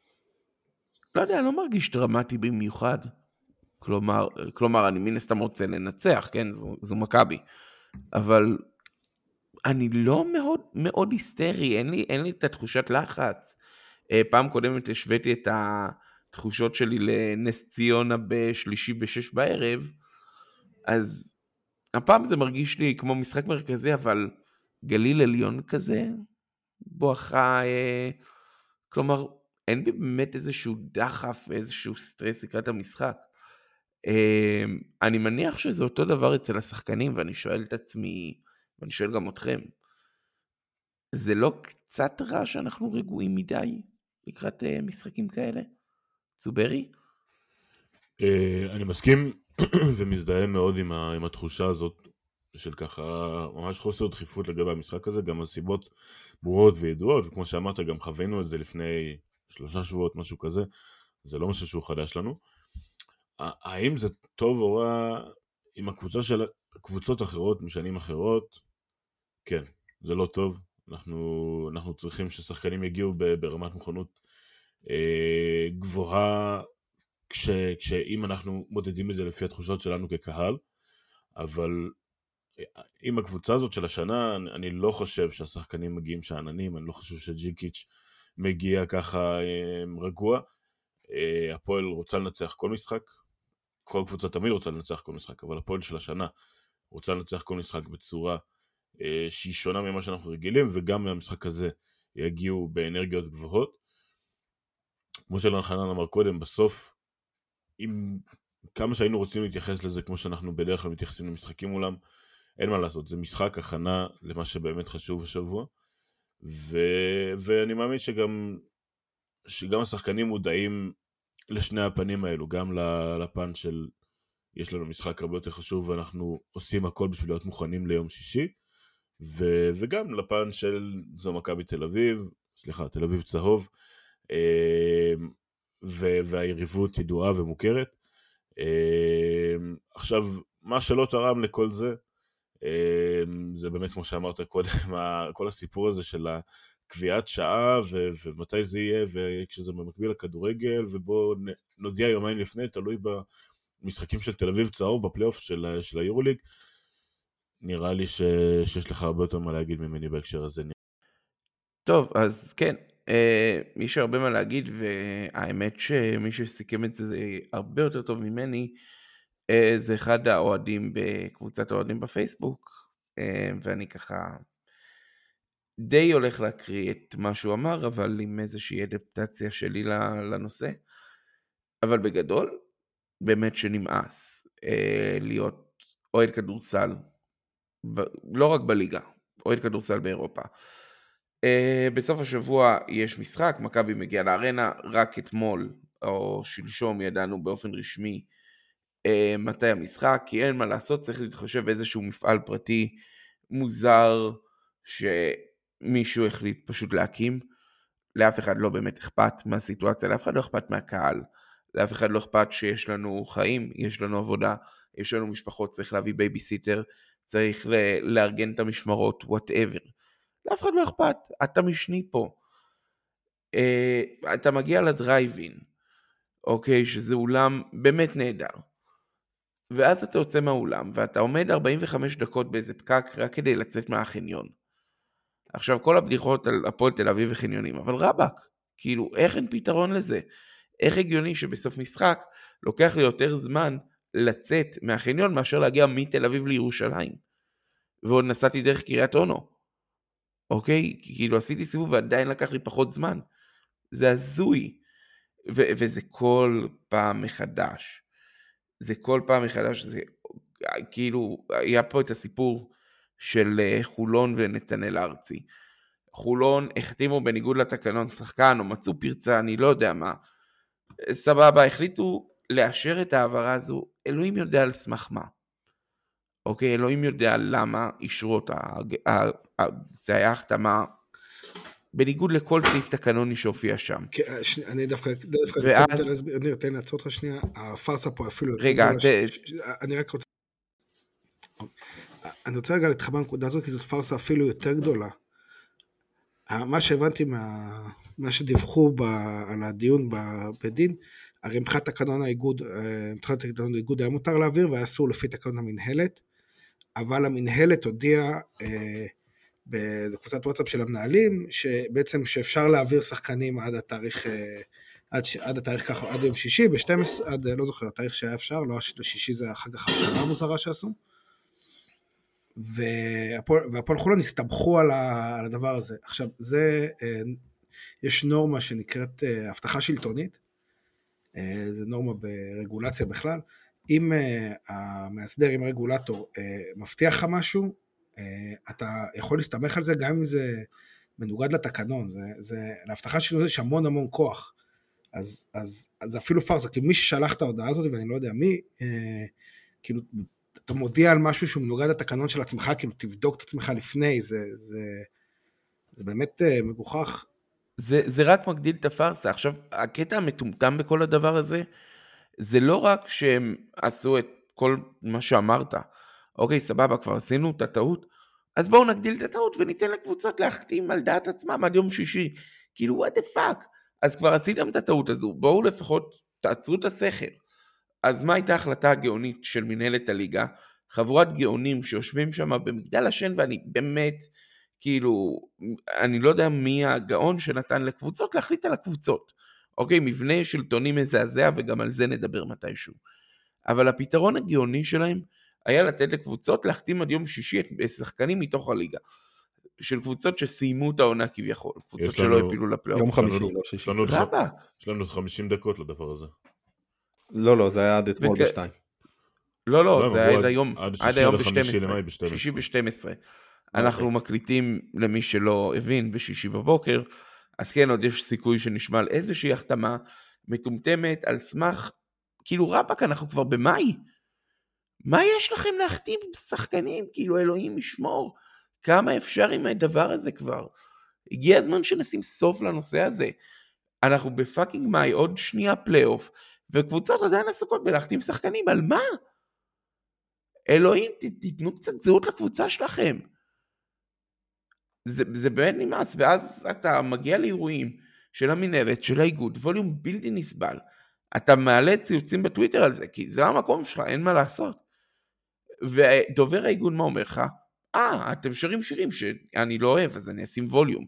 לא יודע, אני לא מרגיש דרמטי במיוחד. כלומר, כלומר אני מן הסתם רוצה לנצח, כן, זו, זו מכבי. אבל אני לא מאוד, מאוד היסטרי, אין לי, אין לי את התחושת לחץ. פעם קודמת השוויתי את התחושות שלי לנס ציונה בשלישי בשש בערב, אז הפעם זה מרגיש לי כמו משחק מרכזי, אבל גליל עליון כזה, בואכה, אה, כלומר, אין בי באמת איזשהו דחף, איזשהו סטרס לקראת המשחק. אה, אני מניח שזה אותו דבר אצל השחקנים, ואני שואל את עצמי, ואני שואל גם אתכם, זה לא קצת רע שאנחנו רגועים מדי לקראת uh, משחקים כאלה? צוברי? Uh, אני מסכים ומזדהה מאוד עם, ה, עם התחושה הזאת של ככה ממש חוסר דחיפות לגבי המשחק הזה, גם הסיבות ברורות וידועות, וכמו שאמרת גם חווינו את זה לפני שלושה שבועות, משהו כזה, זה לא משהו שהוא חדש לנו. האם זה טוב או רע עם הקבוצה של קבוצות אחרות משנים אחרות? כן, זה לא טוב. אנחנו, אנחנו צריכים ששחקנים יגיעו ברמת מוכנות אה, גבוהה, כש, כשאם אנחנו מודדים את זה לפי התחושות שלנו כקהל, אבל עם הקבוצה הזאת של השנה, אני, אני לא חושב שהשחקנים מגיעים שעננים, אני לא חושב שג'יקיץ' מגיע ככה אה, רגוע. אה, הפועל רוצה לנצח כל משחק, כל קבוצה תמיד רוצה לנצח כל משחק, אבל הפועל של השנה רוצה לנצח כל משחק בצורה שהיא שונה ממה שאנחנו רגילים, וגם מהמשחק הזה יגיעו באנרגיות גבוהות. כמו שאלון חנן אמר קודם, בסוף, עם כמה שהיינו רוצים להתייחס לזה, כמו שאנחנו בדרך כלל מתייחסים למשחקים מולם, אין מה לעשות, זה משחק הכנה למה שבאמת חשוב השבוע, ו... ואני מאמין שגם, שגם השחקנים מודעים לשני הפנים האלו, גם לפן של יש לנו משחק הרבה יותר חשוב, ואנחנו עושים הכל בשביל להיות מוכנים ליום שישי, ו- וגם לפן של זו מכבי תל אביב, סליחה, תל אביב צהוב, ו- והיריבות ידועה ומוכרת. עכשיו, מה שלא תרם לכל זה, זה באמת כמו שאמרת קודם, כל הסיפור הזה של הקביעת שעה, ו- ומתי זה יהיה, וכשזה במקביל לכדורגל, ובוא נודיע יומיים לפני, תלוי במשחקים של תל אביב צהוב, בפלייאוף של, של היורוליג, נראה לי ש... שיש לך הרבה יותר מה להגיד ממני בהקשר הזה. טוב, אז כן, אה, יש הרבה מה להגיד, והאמת שמי שסיכם את זה, זה הרבה יותר טוב ממני, אה, זה אחד האוהדים בקבוצת האוהדים בפייסבוק, אה, ואני ככה די הולך להקריא את מה שהוא אמר, אבל עם איזושהי אדפטציה שלי לנושא. אבל בגדול, באמת שנמאס אה, להיות אוהד כדורסל, לא רק בליגה, אוהד כדורסל באירופה. Uh, בסוף השבוע יש משחק, מכבי מגיע לארנה, רק אתמול או שלשום ידענו באופן רשמי uh, מתי המשחק, כי אין מה לעשות, צריך להתחשב באיזשהו מפעל פרטי מוזר שמישהו החליט פשוט להקים. לאף אחד לא באמת אכפת מהסיטואציה, לאף אחד לא אכפת מהקהל, לאף אחד לא אכפת שיש לנו חיים, יש לנו עבודה, יש לנו משפחות, צריך להביא בייביסיטר, צריך לארגן את המשמרות, whatever. לאף אחד לא אכפת, אתה משני פה. Uh, אתה מגיע לדרייב-אין, אוקיי, שזה אולם באמת נהדר. ואז אתה יוצא מהאולם, ואתה עומד ארבעים וחמש דקות באיזה פקק, רק כדי לצאת מהחניון. עכשיו, כל הבדיחות על הפועל תל אביב וחניונים, אבל רבק, כאילו, איך אין פתרון לזה? איך הגיוני שבסוף משחק לוקח לי יותר זמן לצאת מהחניון, מאשר להגיע מתל אביב לירושלים? ועוד נסעתי דרך קריית אונו. אוקיי? כאילו עשיתי סיבוב ועדיין לקח לי פחות זמן. זה הזוי. ו- וזה כל פעם מחדש. זה כל פעם מחדש. זה כאילו, היה פה את הסיפור של חולון ונתנאל ארצי. חולון החתימו בניגוד לתקנון שחקן, או מצאו פרצה, אני לא יודע מה. סבבה, החליטו לאשר את העברה הזו, אלוהים יודע על סמך מה. אוקיי, אלוהים יודע למה אישרו אותה, זה היה החתמה, בניגוד לכל סעיף תקנוני שהופיע שם. אני דווקא, אני אתן לעצור אותך שנייה, הפרסה פה אפילו... רגע, אני רק רוצה... אני רוצה רגע להתחבר בנקודה הזאת, כי זאת פרסה אפילו יותר גדולה. מה שהבנתי מה, מה שדיווחו ב, על הדיון בדין, הרי מבחינת תקנון האיגוד, מבחינת תקנון האיגוד היה מותר להעביר, והיה אסור לפי תקנון המנהלת, אבל המנהלת הודיעה, באיזו קבוצת וואטסאפ של המנהלים, שבעצם שאפשר להעביר שחקנים עד התאריך, עד, עד התאריך ככה, עד יום שישי, ב-שתים עשרה, עד, לא זוכר, התאריך שהיה אפשר, לא, שישי זה החג החדשנה המוזרה שעשו, והפועל חולון הסתבכו על הדבר הזה. עכשיו, זה, יש נורמה שנקראת הבטחה שלטונית, זה נורמה ברגולציה בכלל, אם המאסדר, אם הרגולטור מבטיח לך משהו, אתה יכול להסתמך על זה, גם אם זה מנוגד לתקנון, זה, זה, להבטחה שלטונית יש המון המון כוח, אז, אז, אז אפילו פרסה, כי מי ששלח את ההודעה הזאת, ואני לא יודע מי, כאילו, אתה מודיע על משהו שהוא מנוגד לתקנון של עצמך, כאילו תבדוק את עצמך לפני, זה, זה, זה באמת מגוחך. זה, זה רק מגדיל את הפרסה. עכשיו, הקטע המטומטם בכל הדבר הזה, זה לא רק שהם עשו את כל מה שאמרת, אוקיי, סבבה, כבר עשינו את הטעות, אז בואו נגדיל את הטעות וניתן לקבוצות להחתים על דעת עצמם עד יום שישי. כאילו, what the fuck? אז כבר עשיתם את הטעות הזו, בואו לפחות תעצרו את השכל. אז מה הייתה ההחלטה הגאונית של מנהלת הליגה? חבורת גאונים שיושבים שם במגדל השן, ואני באמת, כאילו, אני לא יודע מי הגאון שנתן לקבוצות להחליט על הקבוצות. אוקיי, מבנה שלטוני מזעזע, וגם על זה נדבר מתישהו. אבל הפתרון הגאוני שלהם היה לתת לקבוצות להחתים עד יום שישי את שחקנים מתוך הליגה. של קבוצות שסיימו את העונה כביכול, קבוצות שלא הפילו לפלייאוף. יום חמישי, לא שישי. יש לנו חמישים דקות לדבר הזה. לא, לא, זה היה עד אתמול בשתיים. לא, לא, זה היה עד היום, עד היום ב-שתים עשרה. שישי ב-שתים עשרה. אנחנו מקליטים למי שלא הבין בשישי בבוקר, אז כן, עוד יש סיכוי שנשמע על איזושהי החתמה מטומטמת על סמך, כאילו רבק, אנחנו כבר במאי. מה יש לכם להחתים שחקנים? כאילו אלוהים ישמור. כמה אפשר עם הדבר הזה כבר? הגיע הזמן שנשים סוף לנושא הזה. אנחנו בפאקינג מאי, עוד שנייה פלייאוף, וקבוצות עדיין עסוקות בלהחתים שחקנים, על מה? אלוהים, ת, תתנו קצת זהות לקבוצה שלכם. זה, זה באמת נמאס, ואז אתה מגיע לאירועים של המנהלת, של האיגוד, ווליום בלתי נסבל. אתה מעלה ציוצים בטוויטר על זה, כי זה המקום שלך, אין מה לעשות. ודובר האיגוד מה אומר לך? אה, אתם שרים שירים שאני לא אוהב, אז אני אשים ווליום.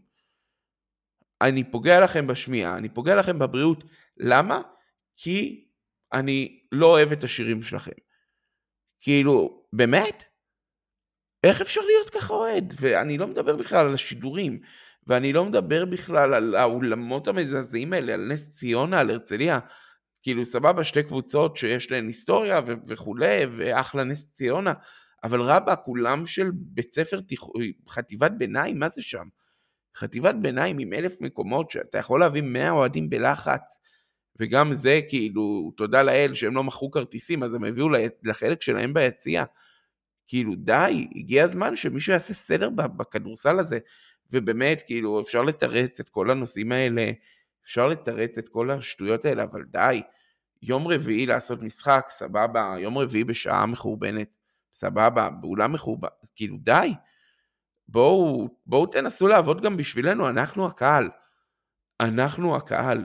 אני פוגע לכם בשמיעה, אני פוגע לכם בבריאות. למה? כי אני לא אוהב את השירים שלכם. כאילו, באמת? איך אפשר להיות ככה אוהד? ואני לא מדבר בכלל על השידורים, ואני לא מדבר בכלל על האולמות המזעזעים האלה, על נס ציונה, על הרצליה. כאילו, סבבה, שתי קבוצות שיש להן היסטוריה ו- וכולי, ואחלה נס ציונה, אבל רבה, כולם של בית ספר תיכ... חטיבת ביניים, מה זה שם? חטיבת ביניים עם אלף מקומות, שאתה יכול להביא מאה אוהדים בלחץ, וגם זה כאילו, תודה לאל שהם לא מכרו כרטיסים, אז הם הביאו לחלק שלהם ביציאה. כאילו די, הגיע הזמן שמישהו יעשה סדר בכדורסל הזה, ובאמת כאילו אפשר לתרץ את כל הנושאים האלה, אפשר לתרץ את כל השטויות האלה, אבל די, יום רביעי לעשות משחק, סבבה, יום רביעי בשעה מחורבנת, סבבה, באולם מחורבן, כאילו די, בואו, בואו תנסו לעבוד גם בשבילנו, אנחנו הקהל, אנחנו הקהל,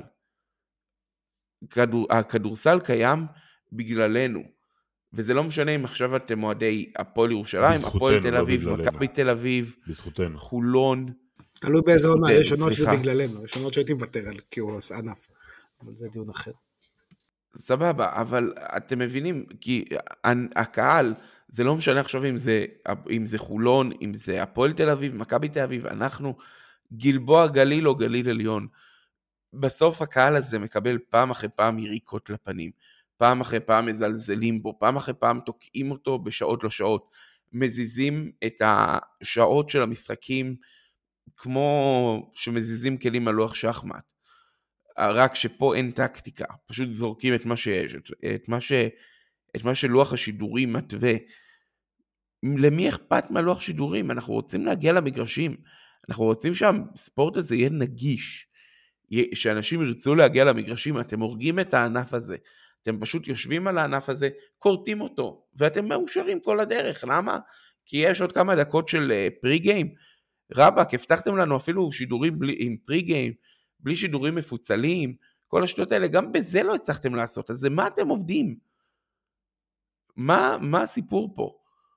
כדור, הכדורסל קיים בגללנו, וזה לא משנה אם עכשיו אתם אוהדי הפועל ירושלים, הפועל תל אביב, מכבי תל אביב, בזכותנו, חולון. תלוי באיזה עונה, יש עונות שזה בגללנו, יש עונות שהייתי מוותר על כי הוא עושה ענף, אבל זה דיון אחר. סבבה, אבל אתם מבינים, כי הקהל זה לא משנה עכשיו אם זה, אם זה חולון, אם זה הפועל תל אביב, מכבי תל אביב, אנחנו גלבוע גליל או גליל עליון. בסוף הקהל הזה מקבל פעם אחרי פעם יריקות לפנים, פעם אחרי פעם מזלזלים בו, פעם אחרי פעם תוקעים אותו בשעות לא שעות, מזיזים את השעות של המשחקים כמו שמזיזים כלים על לוח שחמט, רק שפה אין טקטיקה, פשוט זורקים את מה שיש, את, את, מה, ש, את מה שלוח השידורים מתווה. למי אכפת מהלוח שידורים? אנחנו רוצים להגיע למגרשים, אנחנו רוצים שהספורט הזה יהיה נגיש, שאנשים ירצו להגיע למגרשים. אתם הורגים את הענף הזה, אתם פשוט יושבים על הענף הזה, קורטים אותו, ואתם מאושרים כל הדרך. למה? כי יש עוד כמה דקות של פרי גיים, רבק, הבטחתם לנו אפילו שידורים בלי, עם פרי גיים, בלי שידורים מפוצלים, כל השטויות האלה, גם בזה לא הצלחתם לעשות, אז מה אתם עובדים? מה, מה הסיפור פה?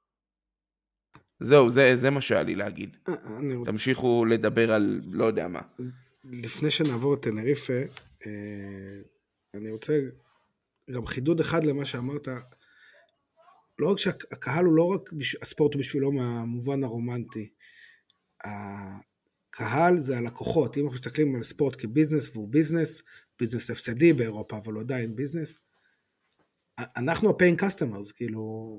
זהו, זה, זה מה שהיה לי להגיד. אני... תמשיכו לדבר על לא יודע מה. לפני שנעבור את טנריפה, אני רוצה גם חידוד אחד למה שאמרת, לא רק שהקהל הוא לא רק הספורט הוא בשבילו מהמובן הרומנטי, הקהל זה הלקוחות. אם אנחנו מסתכלים על ספורט כביזנס, והוא ביזנס, ביזנס הפסדי באירופה, אבל עדיין ביזנס, אנחנו ה-paying customers, כאילו,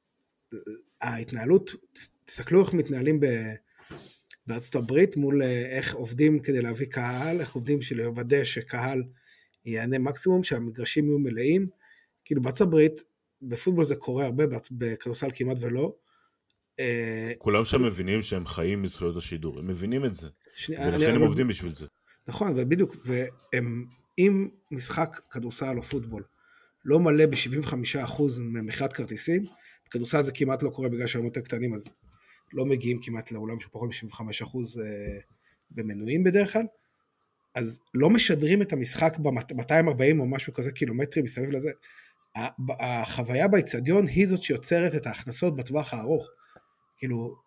ההתנהלות, תסתכלו איך מתנהלים בארצות הברית, מול איך עובדים כדי להביא קהל, איך עובדים של לוודא שקהל יענה מקסימום, שהמגרשים יהיו מלאים, כאילו בארצות הברית, בפוטבול זה קורה הרבה, בכדורסל כמעט ולא, כולם שם מבינים שהם חיים מזכויות השידור, הם מבינים את זה, ולכן הם עובדים בשביל זה. נכון, ובדיוק, ואם משחק כדורסל או פוטבול לא מלא ב-שבעים וחמישה אחוז ממכירת כרטיסים, בכדורסל זה כמעט לא קורה בגלל שהם יותר קטנים, אז לא מגיעים כמעט לאולם שפחות מ-שבעים וחמישה אחוז במנויים בדרך כלל, אז לא משדרים את המשחק ב-מאתיים וארבעים או משהו כזה קילומטרי מסביב לזה. החוויה באצטדיון היא זאת שיוצרת את ההכנסות בטווח הארוך. כאילו,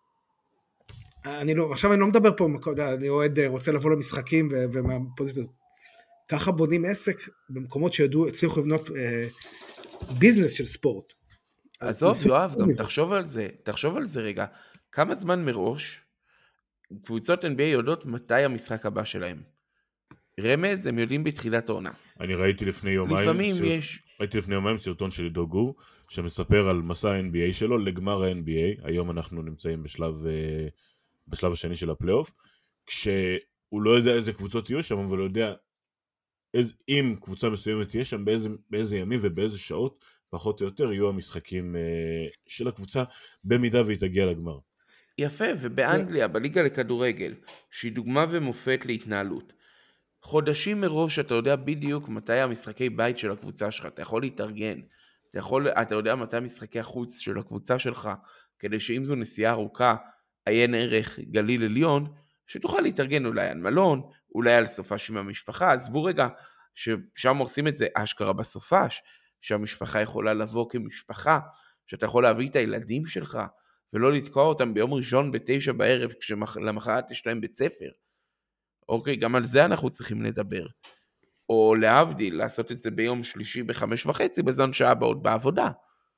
אני לא, עכשיו אני לא מדבר פה, אני אוהד רוצה לבוא למשחקים ומהפוזיציה, ככה בונים עסק במקומות שידעו, הצליחו לבנות אה, ביזנס של ספורט. עזוב, יואב, גם תחשוב על זה, תחשוב על זה רגע, כמה זמן מראש קבוצות אן בי איי יודעות מתי המשחק הבא שלהם? רמז, הם יודעים בתחילת העונה. אני ראיתי לפני יומיים, לפעמים סרט... יש... ראיתי לפני יומיים סרטון של עידו גור, שמספר על מסע ה-אן בי איי שלו לגמר ה-אן בי איי, היום אנחנו נמצאים בשלב, בשלב השני של הפלייאוף, כשהוא לא יודע איזה קבוצות יהיו שם, אבל הוא יודע איז... אם קבוצה מסוימת תהיה שם, באיזה, באיזה ימים ובאיזה שעות, פחות או יותר יהיו המשחקים של הקבוצה, במידה והיא תגיע לגמר. יפה, ובאנגליה, בליגה לכדורגל, שהיא דוגמה ומופת להתנהלות, חודשים מראש אתה יודע בדיוק מתי המשחקי בית של הקבוצה שלך, אתה יכול להתארגן, אתה, יכול, אתה יודע מתי משחקי החוץ של הקבוצה שלך, כדי שאם זו נסיעה ארוכה, עיין ערך גליל עליון, שתוכל להתארגן אולי על מלון, אולי על סופש עם המשפחה. עזבו רגע ששם עושים את זה אשכרה בסופש, שהמשפחה יכולה לבוא כמשפחה, שאתה יכול להביא את הילדים שלך, ולא לתקוע אותם ביום ראשון בתשע בערב, כשלמחרת יש להם בית ספר. אוקיי, גם על זה אנחנו צריכים לדבר. או להבדיל, לעשות את זה ביום שלישי בחמש וחצי, בזמן שעה בעוד בעבודה.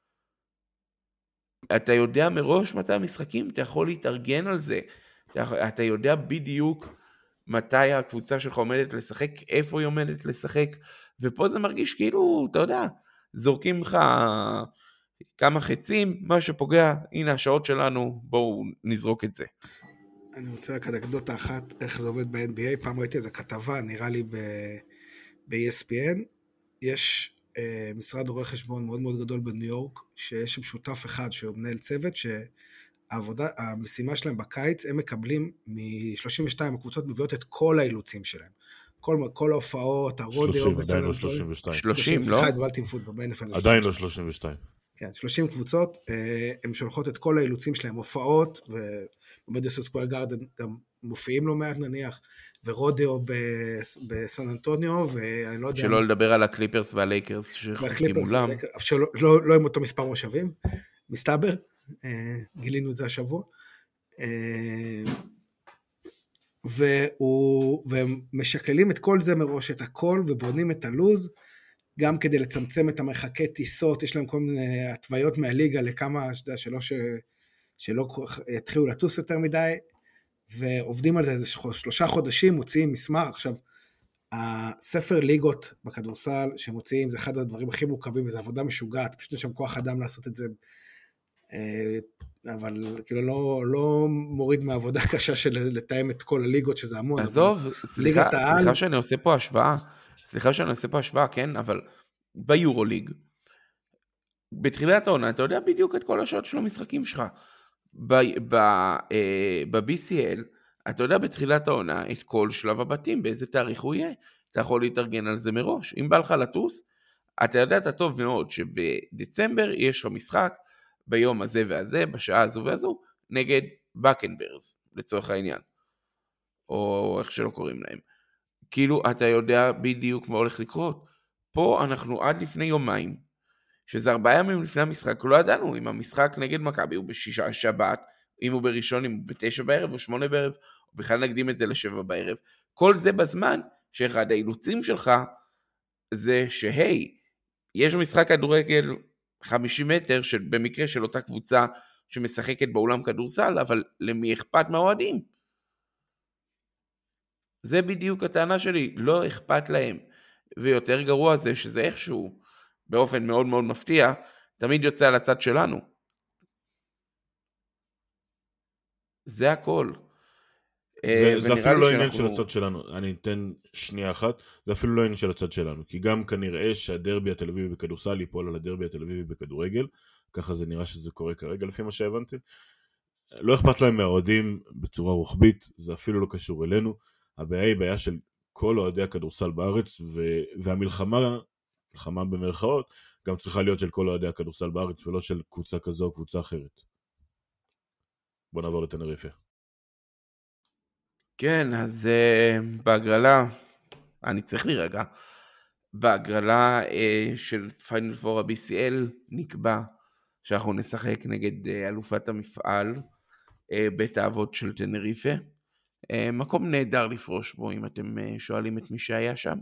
אתה יודע מראש מתי המשחקים, אתה יכול להתארגן על זה. אתה, אתה יודע בדיוק מתי הקבוצה שלך עומדת לשחק, איפה היא עומדת לשחק, ופה זה מרגיש כאילו, אתה יודע, זורקים לך כמה חצים, מה שפוגע, הנה השעות שלנו, בואו נזרוק את זה. אני רוצה רק אנקדוטה אחת, איך זה עובד ב-אן בי איי, פעם ראיתי איזו כתבה, נראה לי ב-אי אס פי אן, יש אה, משרד רואי חשבון מאוד מאוד גדול בניו יורק, שיש שם שותף אחד שהוא מנהל צוות, שהעבודה, המשימה שלהם בקיץ, הם מקבלים מ-שלושים ושתיים הקבוצות מביאות את כל האילוצים שלהם. כל, כל ההופעות, הרודיו, שלושים, עדיין לא שלושים ושתיים. שלושים, לא? עדיין לא שלושים ושתיים. כן, שלושים קבוצות, הן שולחות את כל האילוצים שלהם, הופעות, ובמדיסון סקוואר גארדן גם מופיעים לא מעט נניח, ורודיו בסן אנטוניו, ואני לא יודע... שלא לדבר על הקליפרס והלייקרס שחקים מולם. שלא לא עם אותו מספר מושבים, מסתבר, גילינו את זה השבוע. והוא, והם משקלים את כל זה מראש, את הכל, ובונים את הלוז, גם כדי לצמצם את המרחקי טיסות, יש להם כל מיני התוויות מהליגה לכמה, שדה, שלא, ש... שלא יתחילו לטוס יותר מדי, ועובדים על זה איזה שלושה חודשים, מוציאים מסמך. עכשיו, הספר ליגות בכדורסל שמוציאים, זה אחד הדברים הכי מורכבים, וזו עבודה משוגעת, פשוט יש שם כוח אדם לעשות את זה, אבל כאילו לא, לא מוריד מהעבודה קשה של לתאם את כל הליגות, שזה המון. עזוב, סליחה, סליחה שאני עושה פה השוואה, סליחה שאני עושה פה השוואה, כן, אבל ביורוליג, בתחילת העונה, אתה יודע בדיוק את כל השעות של המשחקים שלך, ב-בי סי אל, אתה יודע בתחילת העונה את כל שלב הבתים, באיזה תאריך הוא יהיה, אתה יכול להתארגן על זה מראש. אם בא לך לטוס, אתה יודע אתה טוב מאוד שבדצמבר יש לך משחק ביום הזה והזה, בשעה הזו והזו, נגד בקנברס, לצורך העניין, או איך שלא קוראים להם. כאילו אתה יודע בדיוק מה הולך לקרות. פה אנחנו עד לפני יומיים, שזה ארבעה ימים לפני המשחק, לא ידענו אם המשחק נגד מכבי הוא בשישה שבת, אם הוא בראשון, אם הוא בתשע בערב או שמונה בערב, או בכלל נקדים את זה לשבע בערב. כל זה בזמן שאחד האילוצים שלך זה שהי, יש משחק כדורגל חמישים מטר, במקרה של אותה קבוצה שמשחקת באולם כדורסל, אבל למי אכפת מהאוהדים? זה בדיוק הטענה שלי, לא אכפת להם. ויותר גרוע זה שזה איכשהו, באופן מאוד מאוד מפתיע, תמיד יוצא על הצד שלנו. זה הכל. זה, זה אפילו לא עניין של הצד שלנו, אני אתן שנייה אחת, זה אפילו לא עניין של הצד שלנו, כי גם כנראה שהדרבי התל אביבי בכדורסל ייפול על הדרבי התל אביבי בכדורגל, ככה זה נראה שזה קורה כרגע לפי מה שהבנתי. לא אכפת להם מהאוהדים בצורה רוחבית, זה אפילו לא קשור אלינו, הבעיה היא בעיה של כל אוהדי הכדורסל בארץ, ו- והמלחמה, מלחמה במרכאות, גם צריכה להיות של כל אוהדי הכדורסל בארץ, ולא של קבוצה כזו או קבוצה אחרת. בוא נעבור לטנריפה. כן, אז uh, בהגרלה, אני צריך להירגע, בהגרלה uh, של פיינל פור ה-בי סי אל נקבע שאנחנו נשחק נגד uh, אלופת המפעל, uh, בית האבות של טנריפה, uh, מקום נהדר לפרוש בו אם אתם uh, שואלים את מי שהיה שם,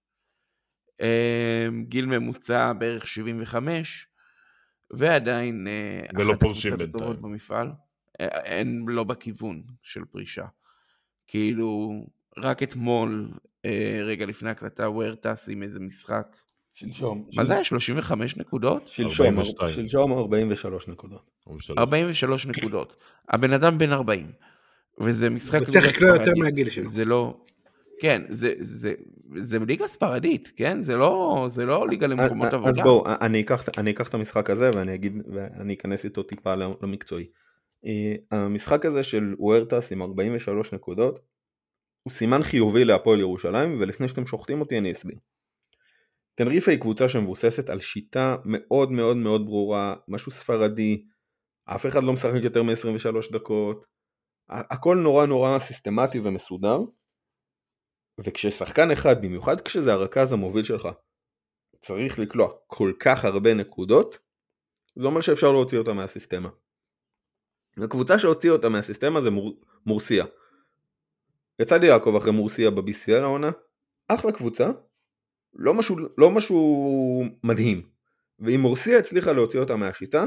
uh, גיל ממוצע בערך שבעים וחמש, ועדיין uh, ולא אחת פורשים הקבוצות הטובות במפעל, uh, אין לא בכיוון של פרישה. כאילו, רק אתמול, אה, רגע לפני הקלטה, וורטס עם איזה משחק. שלשום. מה זה היה? שלושים וחמש נקודות? שלשום, שלשום ארבעים ושלוש נקודות. ארבעים ושלוש נקודות. הבן אדם בן ארבעים. וזה משחק... הוא צריך לקלוע יותר מהגיל שלו. זה לא... כן, זה, זה, זה ליגה ספרדית, כן? זה לא, זה לא ליגה למקומות עבודה. אז בואו, אני אקח, אני אקח את המשחק הזה ואני אגיד, ואני אכנס איתו טיפה למקצועי. המשחק הזה של וורטס עם ארבעים ושלוש נקודות הוא סימן חיובי להפועל ירושלים, ולפני שאתם שוחטים אותי אני אסביר. טנריפה היא קבוצה שמבוססת על שיטה מאוד מאוד מאוד ברורה, משהו ספרדי, אף אחד לא משחק יותר מ-עשרים ושלוש דקות, הכל נורא נורא סיסטמטי ומסודר, וכששחקן אחד, במיוחד כשזה הרכז המוביל שלך, צריך לקלוע כל כך הרבה נקודות, זה אומר שאפשר להוציא אותה מהסיסטמה. הקבוצה שהוציא אותה מהסיסטמה זה מור... מורסיה. יצא לי לעקוב אחרי מורסיה ב-בי סי אל העונה, אחלה קבוצה, לא משהו, לא משהו מדהים. ואם מורסיה הצליחה להוציא אותה מהשיטה,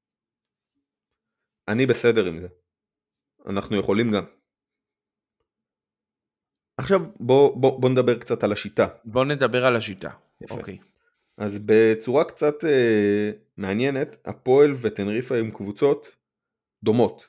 אני בסדר עם זה. אנחנו יכולים גם. עכשיו בוא, בוא, בוא נדבר קצת על השיטה. בוא נדבר על השיטה. יפה. אוקיי. אז בצורה קצת אה, מעניינת, הפועל וטנריפה הם קבוצות דומות.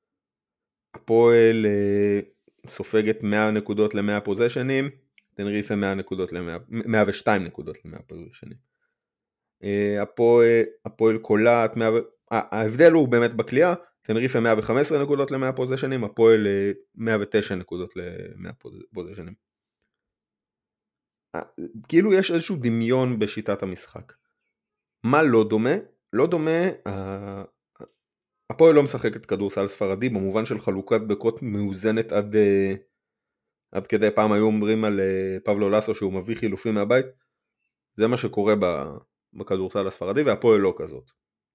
הפועל אה, סופגת מאה נקודות ל-מאה פוזיישנים, טנריפה מאה נקודות ל-מאה, מאה ושתיים נקודות ל-מאה פוזיישנים. אה, הפועל, הפועל קולעת, מאה, ההבדל הוא באמת בקליעה, טנריפה מאה וחמש עשרה נקודות ל-מאה פוזיישנים, הפועל אה, מאה ותשע נקודות ל-מאה פוזיישנים. כאילו יש איזשהו דמיון בשיטת המשחק. מה לא דומה? לא דומה, הפועל לא משחקת כדורסל ספרדי במובן של חלוקת דקות מאוזנת עד, עד כדי פעם היו אומרים על פבלו לסו שהוא מביא חילופים מהבית, זה מה שקורה בכדורסל הספרדי, והפועל לא כזאת.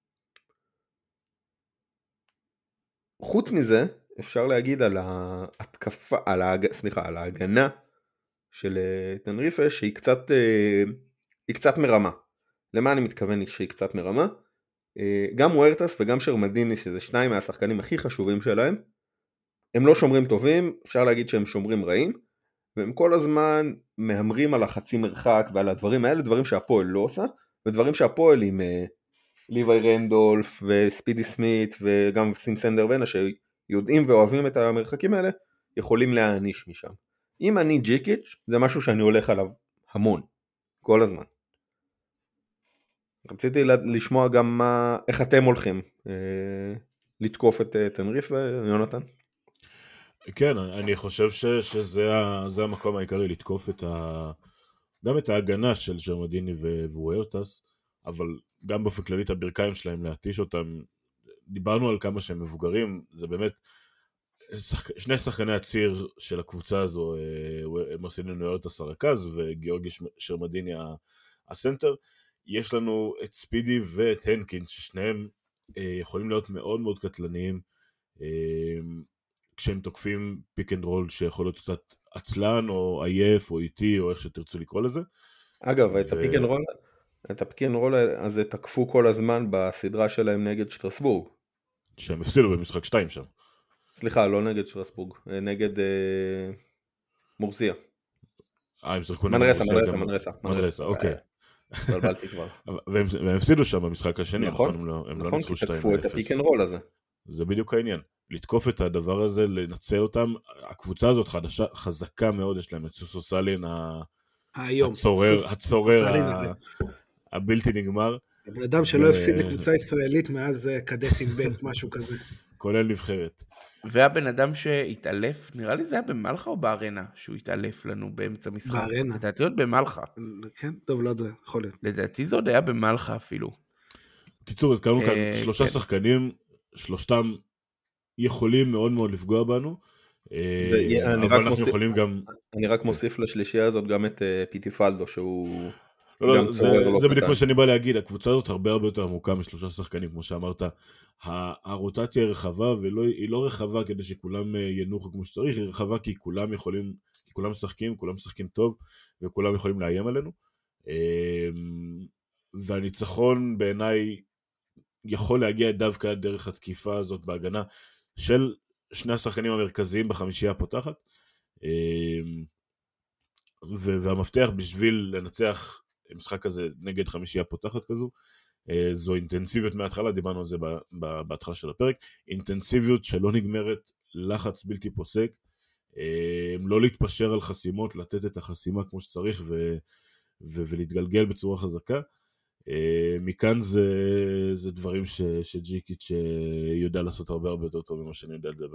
חוץ מזה אפשר להגיד על ההתקפה, על ההג... סליחה, על ההגנה של טנריפה, שהיא קצת, היא קצת מרמה. למה אני מתכוון שהיא קצת מרמה? גם וורטס וגם שרמדיני, שזה שניים מהשחקנים הכי חשובים שלהם, הם לא שומרים טובים, אפשר להגיד שהם שומרים רעים, והם כל הזמן מהמרים על החצי מרחק ועל הדברים האלה, דברים שהפועל לא עושה, ודברים שהפועל עם ליווי רנדולף וספידי סמית וגם סימסנדר ונה שיודעים ואוהבים את המרחקים האלה, יכולים להעניש משם. אם אני ג'יקיץ' זה משהו שאני הולך עליו המון, כל הזמן. רציתי לשמוע גם מה, איך אתם הולכים אה, לתקוף את תנריף ויונתן. כן, אני חושב ש, שזה ה, זה המקום העיקרי, לתקוף את ה, גם את ההגנה של שרמדיני ווורטס, אבל גם באופן כללי את הברכיים שלהם להתיש אותם. דיברנו על כמה שהם מבוגרים, זה באמת שח, שני שחקני הציר של הקבוצה הזו, מרסלינו וורטס הרכז וגיאורגי שרמדיני הסנטר. יש לנו את ספידי ואת הנקינס, ששניהם יכולים להיות מאוד מאוד קטלניים, כשהם תוקפים פיק אנד רול שיכול להיות קצת עצלן או עייף או איטי או איך שתרצו לקרוא לזה. אגב, ו... את הפיק אנד רול, את הפיק אנד רול הזה תקפו כל הזמן בסדרה שלהם נגד שטרסבורג. שהם הפסידו במשחק שתיים שם. סליחה, לא נגד שטרסבורג, נגד אה, מורסיה. אה, הם שחקו נגד מורסיה. מנרסה, מנרסה, מנרסה, אוקיי. בלבלתי כבר. והם, והם הפסידו שם במשחק השני, נכון, הם לא, הם נכון, לא ניצחו כי שתיים תקפו את הפיק אנד רול הזה. זה בדיוק העניין. לתקוף את הדבר הזה, לנצל אותם. הקבוצה הזאת חדשה, חזקה מאוד, יש להם את סוסו סלין, הצורר, הצורר הבלתי נגמר. הבן אדם שלא הפסיד לקבוצה ישראלית מאז קדטים בית, משהו כזה. כולל נבחרת. והבן אדם שהתעלף, נראה לי זה היה במלחה או בארנה, שהוא התעלף לנו באמצע משחק. בארנה. לדעתי עוד במלחה. כן, טוב, לא יודע, יכול להיות. לדעתי זה עוד היה במלחה אפילו. קיצור, הזכרנו כאן שלושה שחקנים, שלושתם יכולים מאוד מאוד לפגוע בנו, אבל אנחנו יכולים גם... אני רק מוסיף לשלישייה הזאת גם את פיטיפלדו, שהוא... לא, לא, זה, זה בדיוק מה שאני בא להגיד, הקבוצה הזאת הרבה הרבה יותר עמוקה משלושה שחקנים, כמו שאמרת, הרוטציה היא רחבה, והיא לא רחבה כדי שכולם ינוחו כמו שצריך, היא רחבה כי כולם יכולים, כי כולם משחקים, כולם משחקים טוב, וכולם יכולים לאיים עלינו, והניצחון בעיניי יכול להגיע דווקא דרך התקיפה הזאת בהגנה של שני השחקנים המרכזיים בחמישייה הפותחת, והמפתח בשביל לנצח משחק כזה נגד חמישייה פותחת כזו, זו אינטנסיביות מההתחלה, דיברנו על זה בהתחלה של הפרק, אינטנסיביות שלא נגמרת, לחץ בלתי פוסק, לא להתפשר על חסימות, לתת את החסימה כמו שצריך ו, ו, ולהתגלגל בצורה חזקה. מכאן זה, זה דברים ש, שג'יקיץ' יודע לעשות הרבה הרבה יותר טוב ממה שאני יודע לדבר.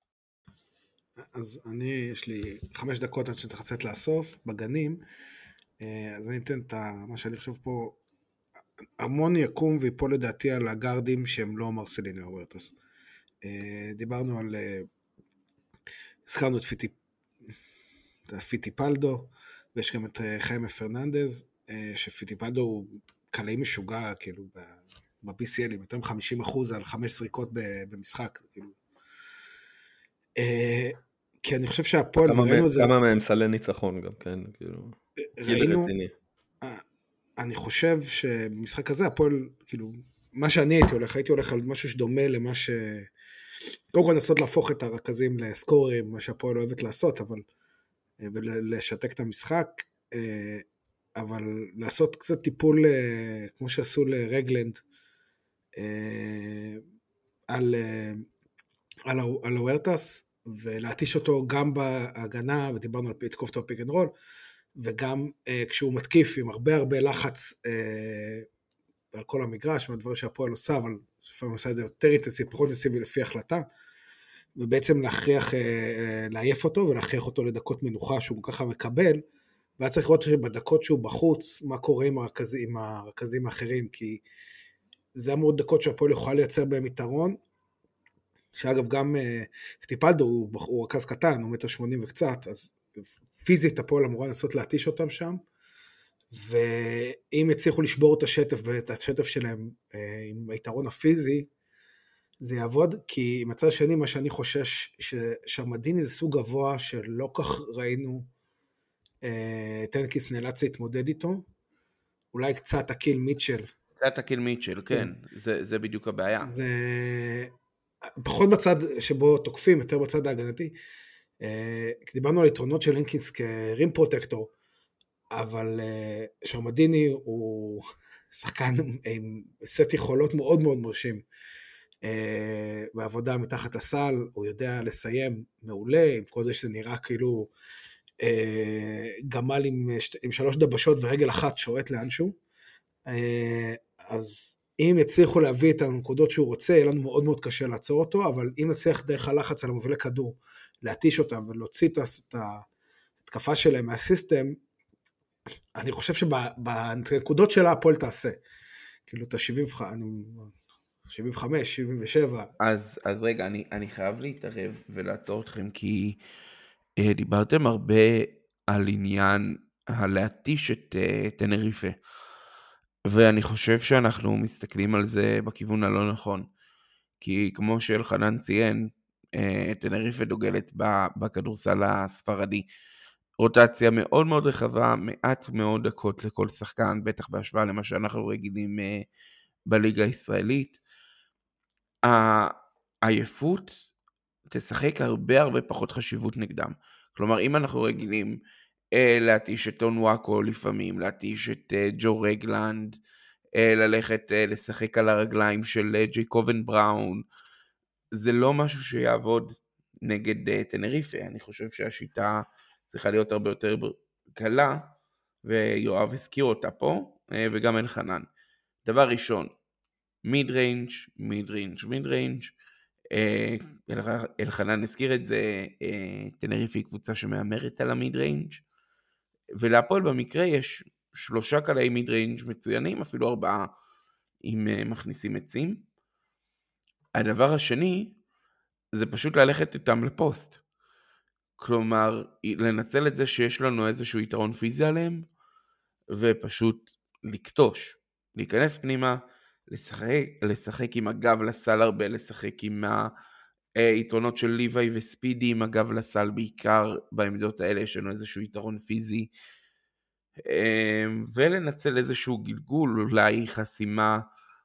אז אני, יש לי חמש דקות עד שצריך לצאת לאסוף בגנים, אז אני אתן את מה שאני חושב פה, המון יקום ויפול לדעתי על הגארדים שהם לא מרסליני או וורטס. דיברנו על, הזכרנו את פיטי, את פיטיפלדו, ויש גם את חיימה פרננדז, שפיטיפלדו הוא קלעי משוגע, כאילו, ב-בי סי אל, יותר מ-חמישים אחוז על חמש סריקות במשחק, כאילו. כי אני חושב שהפועל, וראינו זה... כמה מהם סלי ניצחון גם, כן, כאילו. ראינו, אני חושב שבמשחק הזה, הפועל, כאילו, מה שאני הייתי הולך, הייתי הולך על משהו שדומה למה ש... קודם כל לנסות להפוך את הרכזים לסקוררים, מה שהפועל אוהבת לעשות, אבל... ולשתק את המשחק, אבל לעשות קצת טיפול, כמו שעשו לרגלנד, על, על, על הוורטס, ולהטיש אותו גם בהגנה, ודיברנו על לתקוף אותו פיק אנד רול, וגם כשהוא מתקיף עם הרבה הרבה לחץ על כל המגרש, מהדברים שהפועל עושה, אבל לפעמים עושה את זה יותר אינטנסיבי, פחות אינטנסיבי לפי החלטה, ובעצם להכריח, להעיף אותו, ולהכריח אותו לדקות מנוחה שהוא ככה מקבל, והיה צריך לראות שבדקות שהוא בחוץ, מה קורה עם הרכזים, עם הרכזים האחרים, כי זה אמור דקות שהפועל יכולה לייצר בהם יתרון, שאגב גם פיטיפלדו הוא, הוא רכז קטן, הוא מטר שמונים וקצת, אז פיזית הפועל אמורה לנסות להתיש אותם שם, ואם יצליחו לשבור את השטף, את השטף שלהם עם היתרון הפיזי, זה יעבוד, כי מצד שני מה שאני חושש, ששרמדיני זה סוג גבוה שלא כך ראינו, טנקיס נאלץ להתמודד איתו, אולי קצת אקיל מיטשל. קצת אקיל מיטשל, כן, זה, זה בדיוק הבעיה. זה פחות בצד שבו תוקפים, יותר בצד ההגנתי. דיברנו על יתרונות של הנקינס כרים פרוטקטור, אבל שרמדיני הוא שחקן עם סט יכולות מאוד מאוד מרשים. בעבודה מתחת לסל, הוא יודע לסיים מעולה, עם כל זה שזה נראה כאילו גמל עם, עם שלוש דבשות ורגל אחת שועט לאנשהו. אז אם יצליחו להביא את הנקודות שהוא רוצה, יהיה לנו מאוד מאוד קשה לעצור אותו, אבל אם נצליח דרך הלחץ על המובילי כדור, להתיש אותם ולהוציא את ההתקפה שלהם מהסיסטם, אני חושב שבנקודות שלה הפועל תעשה. כאילו את ה-שבעים וחמש, שבעים ושבע. אז, אז רגע, אני, אני חייב להתערב ולעצור אתכם, כי אה, דיברתם הרבה על עניין הלהתיש את אה, טנריפה. ואני חושב שאנחנו מסתכלים על זה בכיוון הלא נכון. כי כמו שאלחנן ציין, טנריפה דוגלת בכדורסל הספרדי. רוטציה מאוד מאוד רחבה, מעט מאוד דקות לכל שחקן, בטח בהשוואה למה שאנחנו רגילים בליגה הישראלית. העייפות תשחק הרבה הרבה פחות חשיבות נגדם. כלומר, אם אנחנו רגילים להתיש את טון וואקו לפעמים, להתיש את ג'ו רגלנד, ללכת לשחק על הרגליים של ג'ייקובן בראון, זה לא משהו שיעבוד נגד טנריפה. אני חושב שהשיטה צריכה להיות הרבה יותר קלה, ויואב הזכיר אותה פה, וגם אלחנן. דבר ראשון, מיד ריינג', מיד ריינג', מיד ריינג', אלחנן הזכיר את זה, טנריפה היא קבוצה שמאמרת על המיד ריינג', ולהפועל במקרה יש שלושה קלעי מיד ריינג' מצוינים, אפילו ארבעה אם מכניסים עצים. הדבר השני, זה פשוט ללכת איתם לפוסט. כלומר, לנצל את זה שיש לנו איזשהו יתרון פיזי עליהם, ופשוט לקטוש, להיכנס פנימה, לשחק, לשחק עם הגב לסל הרבה, לשחק עם היתרונות של ליווי וספידי עם הגב לסל, בעיקר בעמדות האלה יש לנו איזשהו יתרון פיזי, ולנצל איזשהו גלגול, אולי חסימה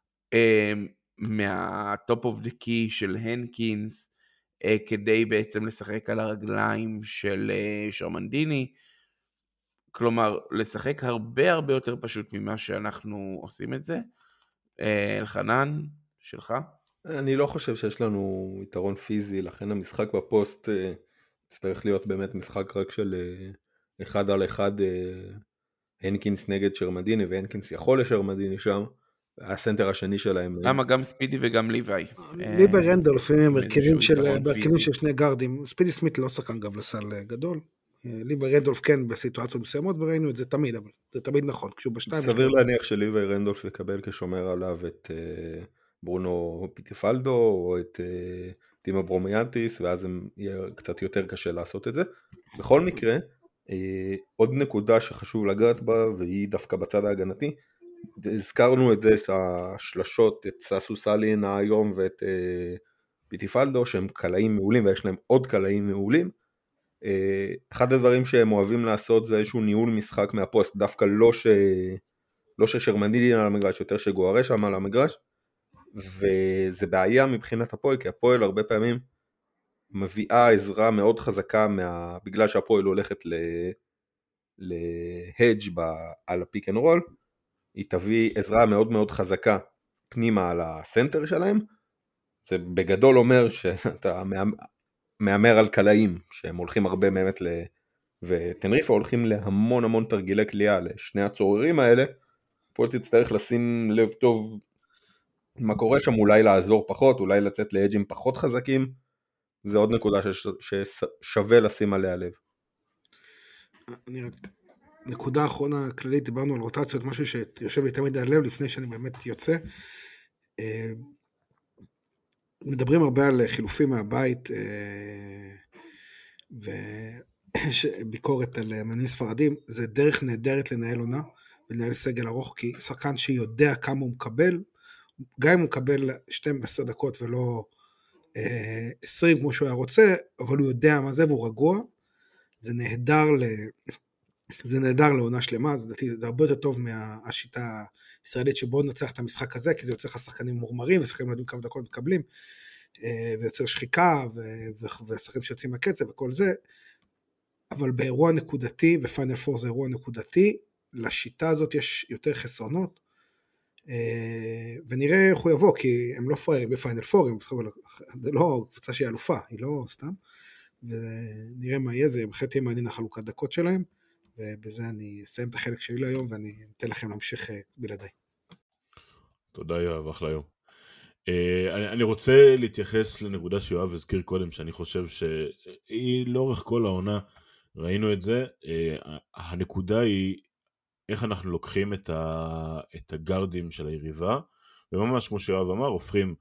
מהטופ אוף דה קי של הנקינס, כדי בעצם לשחק על הרגליים של שרמנדיני. כלומר, לשחק הרבה הרבה יותר פשוט ממה שאנחנו עושים את זה. אלחנן, שלך? אני לא חושב שיש לנו יתרון פיזי, לכן המשחק בפוסט צריך להיות באמת משחק רק של אחד על אחד, הנקינס נגד שרמדיני, והנקינס יכול לשרמדיני שם, הסנטר השני שלהם. למה גם ספידי וגם ליווי? ליווי רנדולף, הם מרכיבים של שני גארדים. ספידי סמית לא שחקן גב לסל גדול. ליווי רנדולף כן בסיטואציות מסוימות, וראינו את זה תמיד, אבל זה תמיד נכון. כשהוא בשתיים... סביר להניח שליווי רנדולף יקבל כשומר עליו את ברונו פיטיפלדו, או את טימו ברומיאנטיס, ואז יהיה קצת יותר קשה לעשות את זה. בכל מקרה, עוד נקודה שחשוב לגעת בה, והיא דווקא בצד ההגנתי, הזכרנו את זה, את השלשות, את סאסו סלין היום ואת אה, פיטיפלדו, שהם קלעים מעולים, ויש להם עוד קלעים מעולים. אה, אחד הדברים שהם אוהבים לעשות זה איזשהו ניהול משחק מהפוסט, דווקא לא, ש... לא ששרמנדיני על המגרש, יותר שגוארה שם על המגרש, וזה בעיה מבחינת הפועל, כי הפועל הרבה פעמים מביאה עזרה מאוד חזקה, מה... בגלל שהפועל הולכת ל... להדג' ב... על הפיק אנד רול, היא תביא עזרה מאוד מאוד חזקה פנימה על הסנטר שלהם. זה בגדול אומר שאתה מאמר על קלעים שהם הולכים הרבה באמת ל... וטנריפה הולכים להמון המון תרגילי קליעה לשני הצוררים האלה. פה תצטרך לשים לב טוב מה קורה שם, אולי לעזור פחות, אולי לצאת לאג'ים פחות חזקים. זה עוד נקודה שש... ששווה לשים עליה לב. אני רק... נקודה אחרונה כללית, דיברנו על רוטציות, משהו שיושב לי תמיד על לב לפני שאני באמת יוצא. מדברים הרבה על חילופים מהבית, וביקורת על מנויים ספרדים, זה דרך נהדרת לנהל עונה, ולנהל סגל ארוך, כי שחקן שיודע כמה הוא מקבל, גם אם הוא מקבל שתים עשרה דקות ולא עשרים כמו שהוא היה רוצה, אבל הוא יודע מה זה והוא רגוע, זה נהדר ל... זה נהדר לעונה שלמה, זה, זה הרבה יותר טוב מהשיטה הישראלית שבו נצח את המשחק הזה, כי זה יוצר לך שחקנים מורמרים, ושחקנים לא יודעים כמה דקות מקבלים, ויוצר שחיקה, ושחקנים שיוצאים מהקצב וכל זה, אבל באירוע נקודתי, ופיינל פור זה אירוע נקודתי, לשיטה הזאת יש יותר חסרונות, ונראה איך הוא יבוא, כי הם לא פריירים בפיינל פור, זה לא קבוצה שהיא אלופה, היא לא סתם, ונראה מה יהיה, זה בהחלט יהיה מעניין החלוקת דקות שלהם, ובזה אני אסיים את החלק שלי להיום, ואני אתן לכם להמשיך בלעדיי. תודה יואב, אחלה יום. אני, אני רוצה להתייחס לנקודה שיואב הזכיר קודם, שאני חושב שהיא לאורך כל העונה, ראינו את זה, הנקודה היא איך אנחנו לוקחים את, ה, את הגרדים של היריבה, וממש כמו שיואב אמר, הופכים,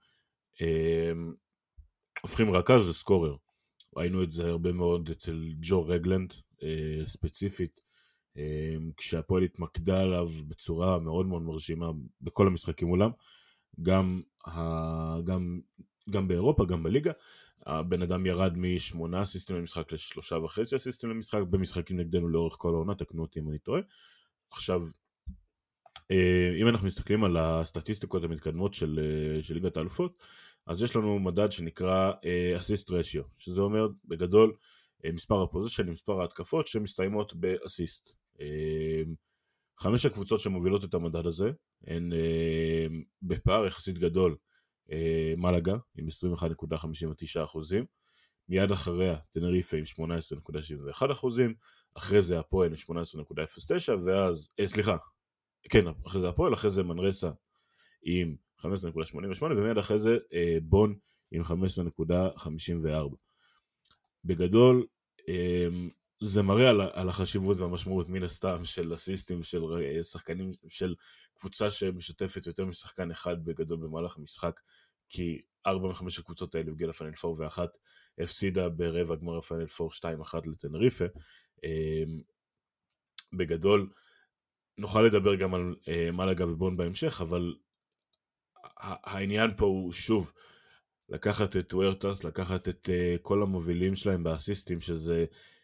הופכים רכז לסקורר. ראינו את זה הרבה מאוד אצל ג'ו רגלנד, ספציפית, כשהפועל התמקדה עליו בצורה מאוד מאוד מרשימה בכל המשחקים מולם, גם, גם, גם באירופה, גם בליגה. הבן אדם ירד משמונה אסיסטים למשחק לשלושה וחצי אסיסטים למשחק, במשחקים נגדנו לאורך כל העונה, תקנו אותי אם אני טועה. עכשיו, אם אנחנו מסתכלים על הסטטיסטיקות המתקדמות של, של ליגת האלופות, אז יש לנו מדד שנקרא אסיסט רשיו, שזה אומר בגדול מספר הפוזישן, מספר ההתקפות שמסתיימות באסיסט. חמש הקבוצות שמובילות את המדד הזה הן בפער יחסית גדול, מלאגה עם עשרים ואחת נקודה חמישים ותשע אחוזים, מיד אחריה תנריפה עם שמונה עשרה נקודה שבעים ואחת אחוזים, אחרי זה הפועל עם שמונה עשרה נקודה אפס תשע, ואז, אה, סליחה, כן, אחרי זה הפועל, אחרי זה מנרסה עם חמש עשרה נקודה שמונים ושמונה, ומיד אחרי זה אה, בון עם חמש עשרה נקודה חמישים וארבע. בגדול, אה, זה מראה על, על החשיבות והמשמעות מן הסתם של אסיסטים, של אה, שחקנים, של קבוצה שמשתפת יותר משחקן אחד בגדול במהלך המשחק, כי ארבע מחמש הקבוצות האלה הגיעה לפיינל פור ואחת הפסידה ברבע גמר הפיינל פור שתיים אחת לטנריפה. אה, בגדול, נוכל לדבר גם על אה, מלאגה ובון בהמשך, אבל העניין פה הוא שוב לקחת את וורטס, לקחת את uh, כל המובילים שלהם באסיסטים, שזה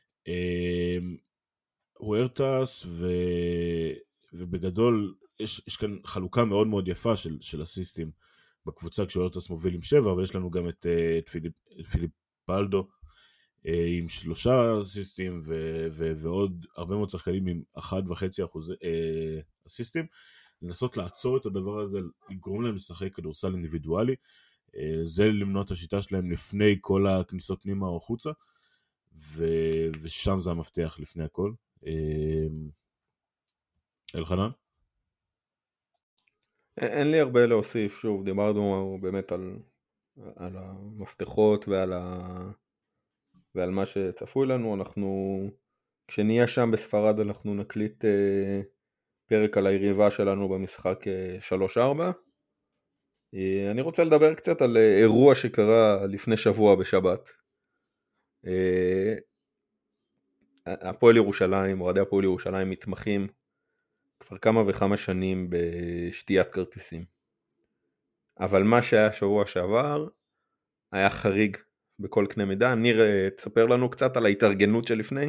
וורטס, uh, ו... ובגדול יש, יש כאן חלוקה מאוד מאוד יפה של, של אסיסטים בקבוצה, כשוורטס מוביל עם שבע, אבל יש לנו גם את, uh, את, פיליפ, את פיליפ פלדו uh, עם שלושה אסיסטים, ו... ו... ועוד הרבה מאוד שחקנים עם אחד וחצי אחוז uh, אסיסטים, לנסות לעצור את הדבר הזה, לגרום להם לשחק כדורסל אינדיבידואלי, זה למנוע את השיטה שלהם לפני כל הכניסות פנימה או חוצה, ו- ושם זה המפתח לפני הכל. אלחנן? אין לי הרבה להוסיף, שוב, דיברנו באמת על, על המפתחות ועל, ה... ועל מה שצפוי לנו. אנחנו, כשנהיה שם בספרד, אנחנו נקליט אה, פרק על היריבה שלנו במשחק אה, שלוש ארבע. אני רוצה לדבר קצת על אירוע שקרה לפני שבוע בשבת. הפועל ירושלים, אוהדי הפועל ירושלים מתמחים כבר כמה וכמה שנים בשתיית כרטיסים. אבל מה שהיה שבוע שעבר היה חריג בכל קנה מידה. ניר, תספר לנו קצת על ההתארגנות שלפני.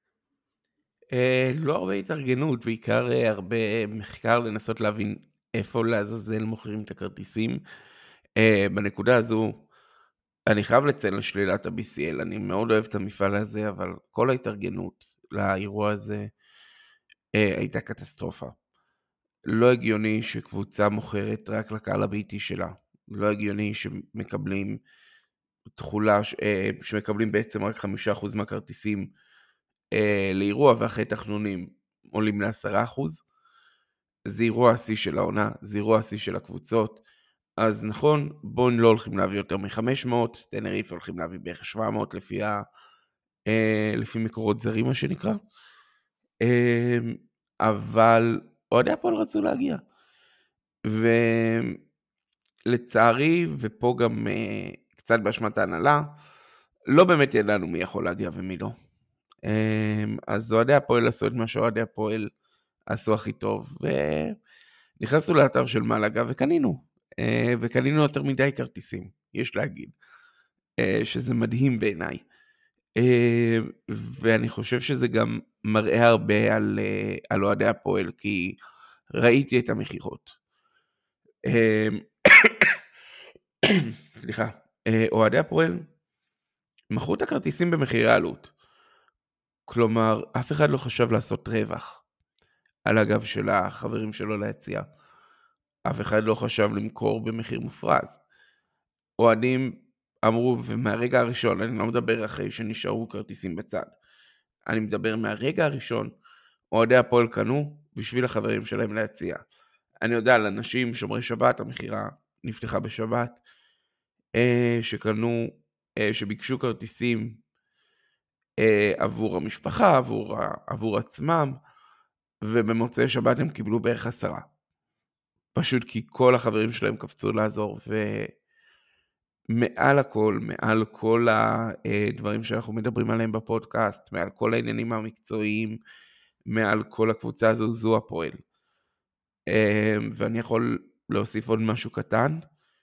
לא הרבה התארגנות, בעיקר הרבה מחקר לנסות להבין איפה לעזאזל מוכרים את הכרטיסים. בנקודה הזו אני חייב לציין לשלילת ה-בי סי אל, אני מאוד אוהב את המפעל הזה, אבל כל ההתארגנות לאירוע הזה הייתה קטסטרופה. לא הגיוני שקבוצה מוכרת רק לקהל הביתי שלה, לא הגיוני שמקבלים תחולה, שמקבלים בעצם רק חמישה אחוז מהכרטיסים לאירוע, ואחרי תחנונים עולים ל-עשרה אחוז. זה אירוע השיא של העונה, זה אירוע השיא של הקבוצות. אז נכון, בון לא הולכים להביא יותר מ-חמש מאות, טנריפה הולכים להביא בערך שבע מאות לפי, ה, אה, לפי מקורות זרים מה שנקרא. אה, אבל אוהדי הפועל רצו להגיע. ולצערי, ופה גם אה, קצת באשמת ההנהלה, לא באמת ידענו מי יכול להגיע ומי לא. אה, אז אוהדי הפועל עשו את מה שאוהדי הפועל עשו הכי טוב, ונכנסנו לאתר של מלאגה וקנינו. וקנינו יותר מדי כרטיסים, יש להגיד, שזה מדהים בעיניי. ואני חושב שזה גם מראה הרבה על, על אוהדי הפועל, כי ראיתי את המחירות. סליחה, אוהדי הפועל מכרו את הכרטיסים במחירי עלות. כלומר, אף אחד לא חשב לעשות רווח על הגב של החברים שלו להציע. אף אחד לא חשב למכור במחיר מופרז. אוהדים אמרו, ומהרגע הראשון, אני לא מדבר אחרי שנשארו כרטיסים בצד, אני מדבר מהרגע הראשון, אוהדי הפועל קנו בשביל החברים שלהם להציע. אני יודע על אנשים שומרי שבת, המחירה נפתחה בשבת, שקנו, שביקשו כרטיסים עבור המשפחה, עבור, עבור עצמם, ובמוצאי שבת הם קיבלו בערך עשרה. פשוט כי כל החברים שלהם קפצו לעזור, ומעל הכל, מעל כל הדברים שאנחנו מדברים עליהם בפודקאסט, מעל כל העניינים המקצועיים, מעל כל הקבוצה הזו, זו הפועל. ואני יכול להוסיף עוד משהו קטן.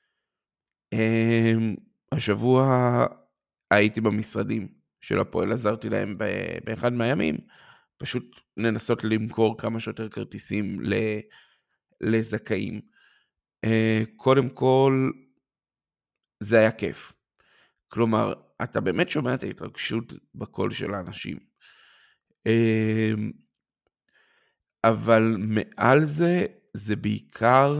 השבוע הייתי במשרדים של הפועל, עזרתי להם באחד מהימים, פשוט לנסות למכור כמה שיותר כרטיסים לזכאים. קודם כל, זה היה כיף. כלומר, אתה באמת שומע את ההתרגשות בקול של האנשים. אבל מעל זה, זה בעיקר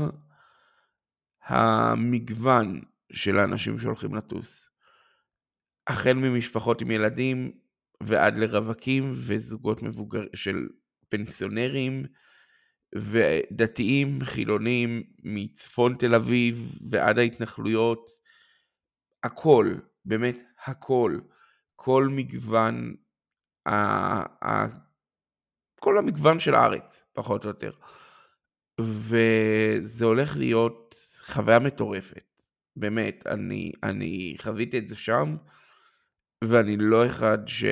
המגוון של האנשים שהולכים לטוס. החל ממשפחות עם ילדים ועד לרווקים וזוגות מבוגר של פנסיונרים ודתיים, חילונים, מצפון תל אביב ועד ההתנחלויות. הכל, באמת הכל, כל מגוון, ה- ה- כל המגוון של הארץ, פחות או יותר. וזה הולך להיות חוויה מטורפת. באמת, אני, אני חוויתי את זה שם, ואני לא אחד ש...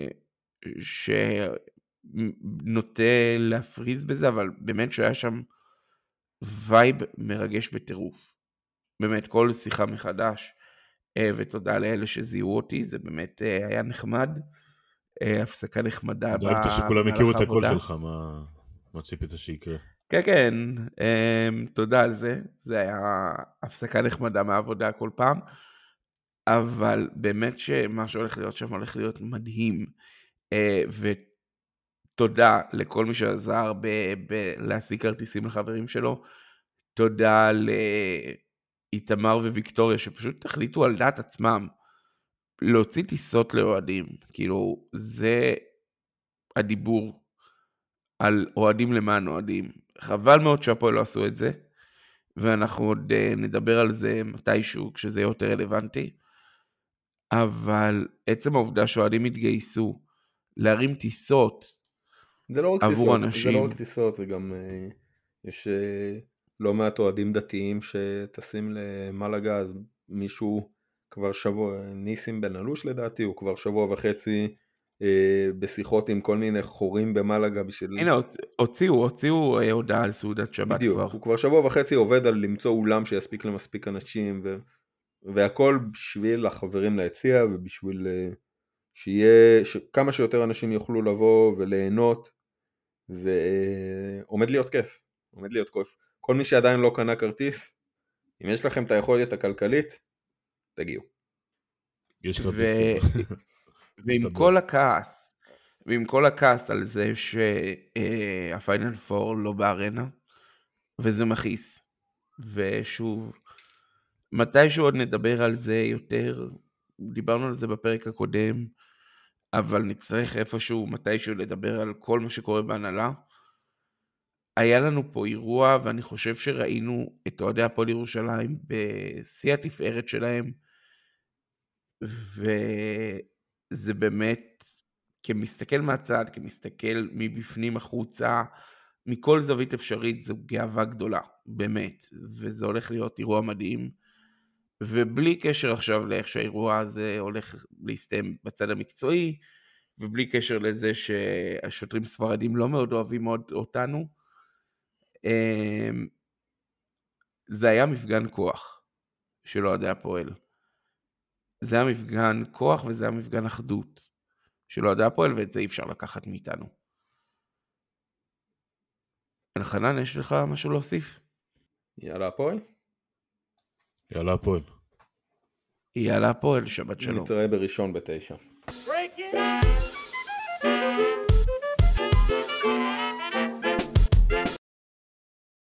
שנוטה להפריז בזה, אבל באמת שהיה שם וייב מרגש בטירוף. באמת, כל שיחה מחדש, ותודה לאלה שזיהו אותי, זה באמת היה נחמד, הפסקה נחמדה. דאגת שכולם הכירו את הקול שלך, מה, מה ציפית שיקרה? כן, כן, תודה על זה, זה היה הפסקה נחמדה מהעבודה כל פעם, אבל באמת שמה שהולך להיות שם הולך להיות מדהים, ותודה לכל מי שעזר ב- ב- להשיג כרטיסים לחברים שלו, תודה לאיתמר וויקטוריה שפשוט תחליטו על דעת עצמם, להוציא טיסות לאוהדים, כאילו זה הדיבור על אוהדים למען אוהדים, חבל מאוד שהפועל לא עשו את זה, ואנחנו עוד נדבר על זה מתישהו כשזה יותר רלוונטי, אבל עצם העובדה שאוהדים התגייסו להרים טיסות זה לא רק עבור טיסות, אנשים. זה לא רק טיסות, זה גם יש לא מעט אוהדים דתיים שטסים למלגה, אז מישהו כבר שבוע, ניסים בן אלוש לדעתי, הוא כבר שבוע וחצי בשיחות עם כל מיני חורים במלגה בשביל... הנה, הוציאו, הוציאו הודעה על סעודת שבת בדיוק, כבר. הוא כבר שבוע וחצי עובד על למצוא אולם שיספיק למספיק אנשים, ו... והכל בשביל החברים להציע, ובשביל שיהיה, שכמה שיותר אנשים יוכלו לבוא וליהנות, ועומד להיות כיף, עומד להיות כיף. כל מי שעדיין לא קנה כרטיס, אם יש לכם את היכולת הכלכלית, תגיעו. יש כרטיסים. ועם כל הכעס, ועם כל הכעס על זה שהפיינל פור לא בארנה, וזה מכעיס. ושוב, מתישהו עוד נדבר על זה יותר, דיברנו על זה בפרק הקודם, אבל נצטרך איפשהו מתישהו לדבר על כל מה שקורה בהנהלה. היה לנו פה אירוע, ואני חושב שראינו את אוהדי הפועל ירושלים בשיא התפארת שלהם, וזה באמת, כמסתכל מהצד, כמסתכל מבפנים החוצה, מכל זווית אפשרית, זו גאווה גדולה, באמת, וזה הולך להיות אירוע מדהים, ובלי קשר עכשיו לאיך שהאירוע הזה הולך להסתיים בצד המקצועי, ובלי קשר לזה שהשוטרים ספרדים לא מאוד אוהבים אותנו, זה היה מפגן כוח של אוהדי הפועל. זה המפגן כוח וזה המפגן אחדות של אוהדי הפועל, ואת זה אי אפשר לקחת מאיתנו. אלחנן, יש לך משהו להוסיף? יאללה הפועל. יאללה הפועל. יאללה הפועל, שבת שלום. נתראה בראשון בתשע. Break it up!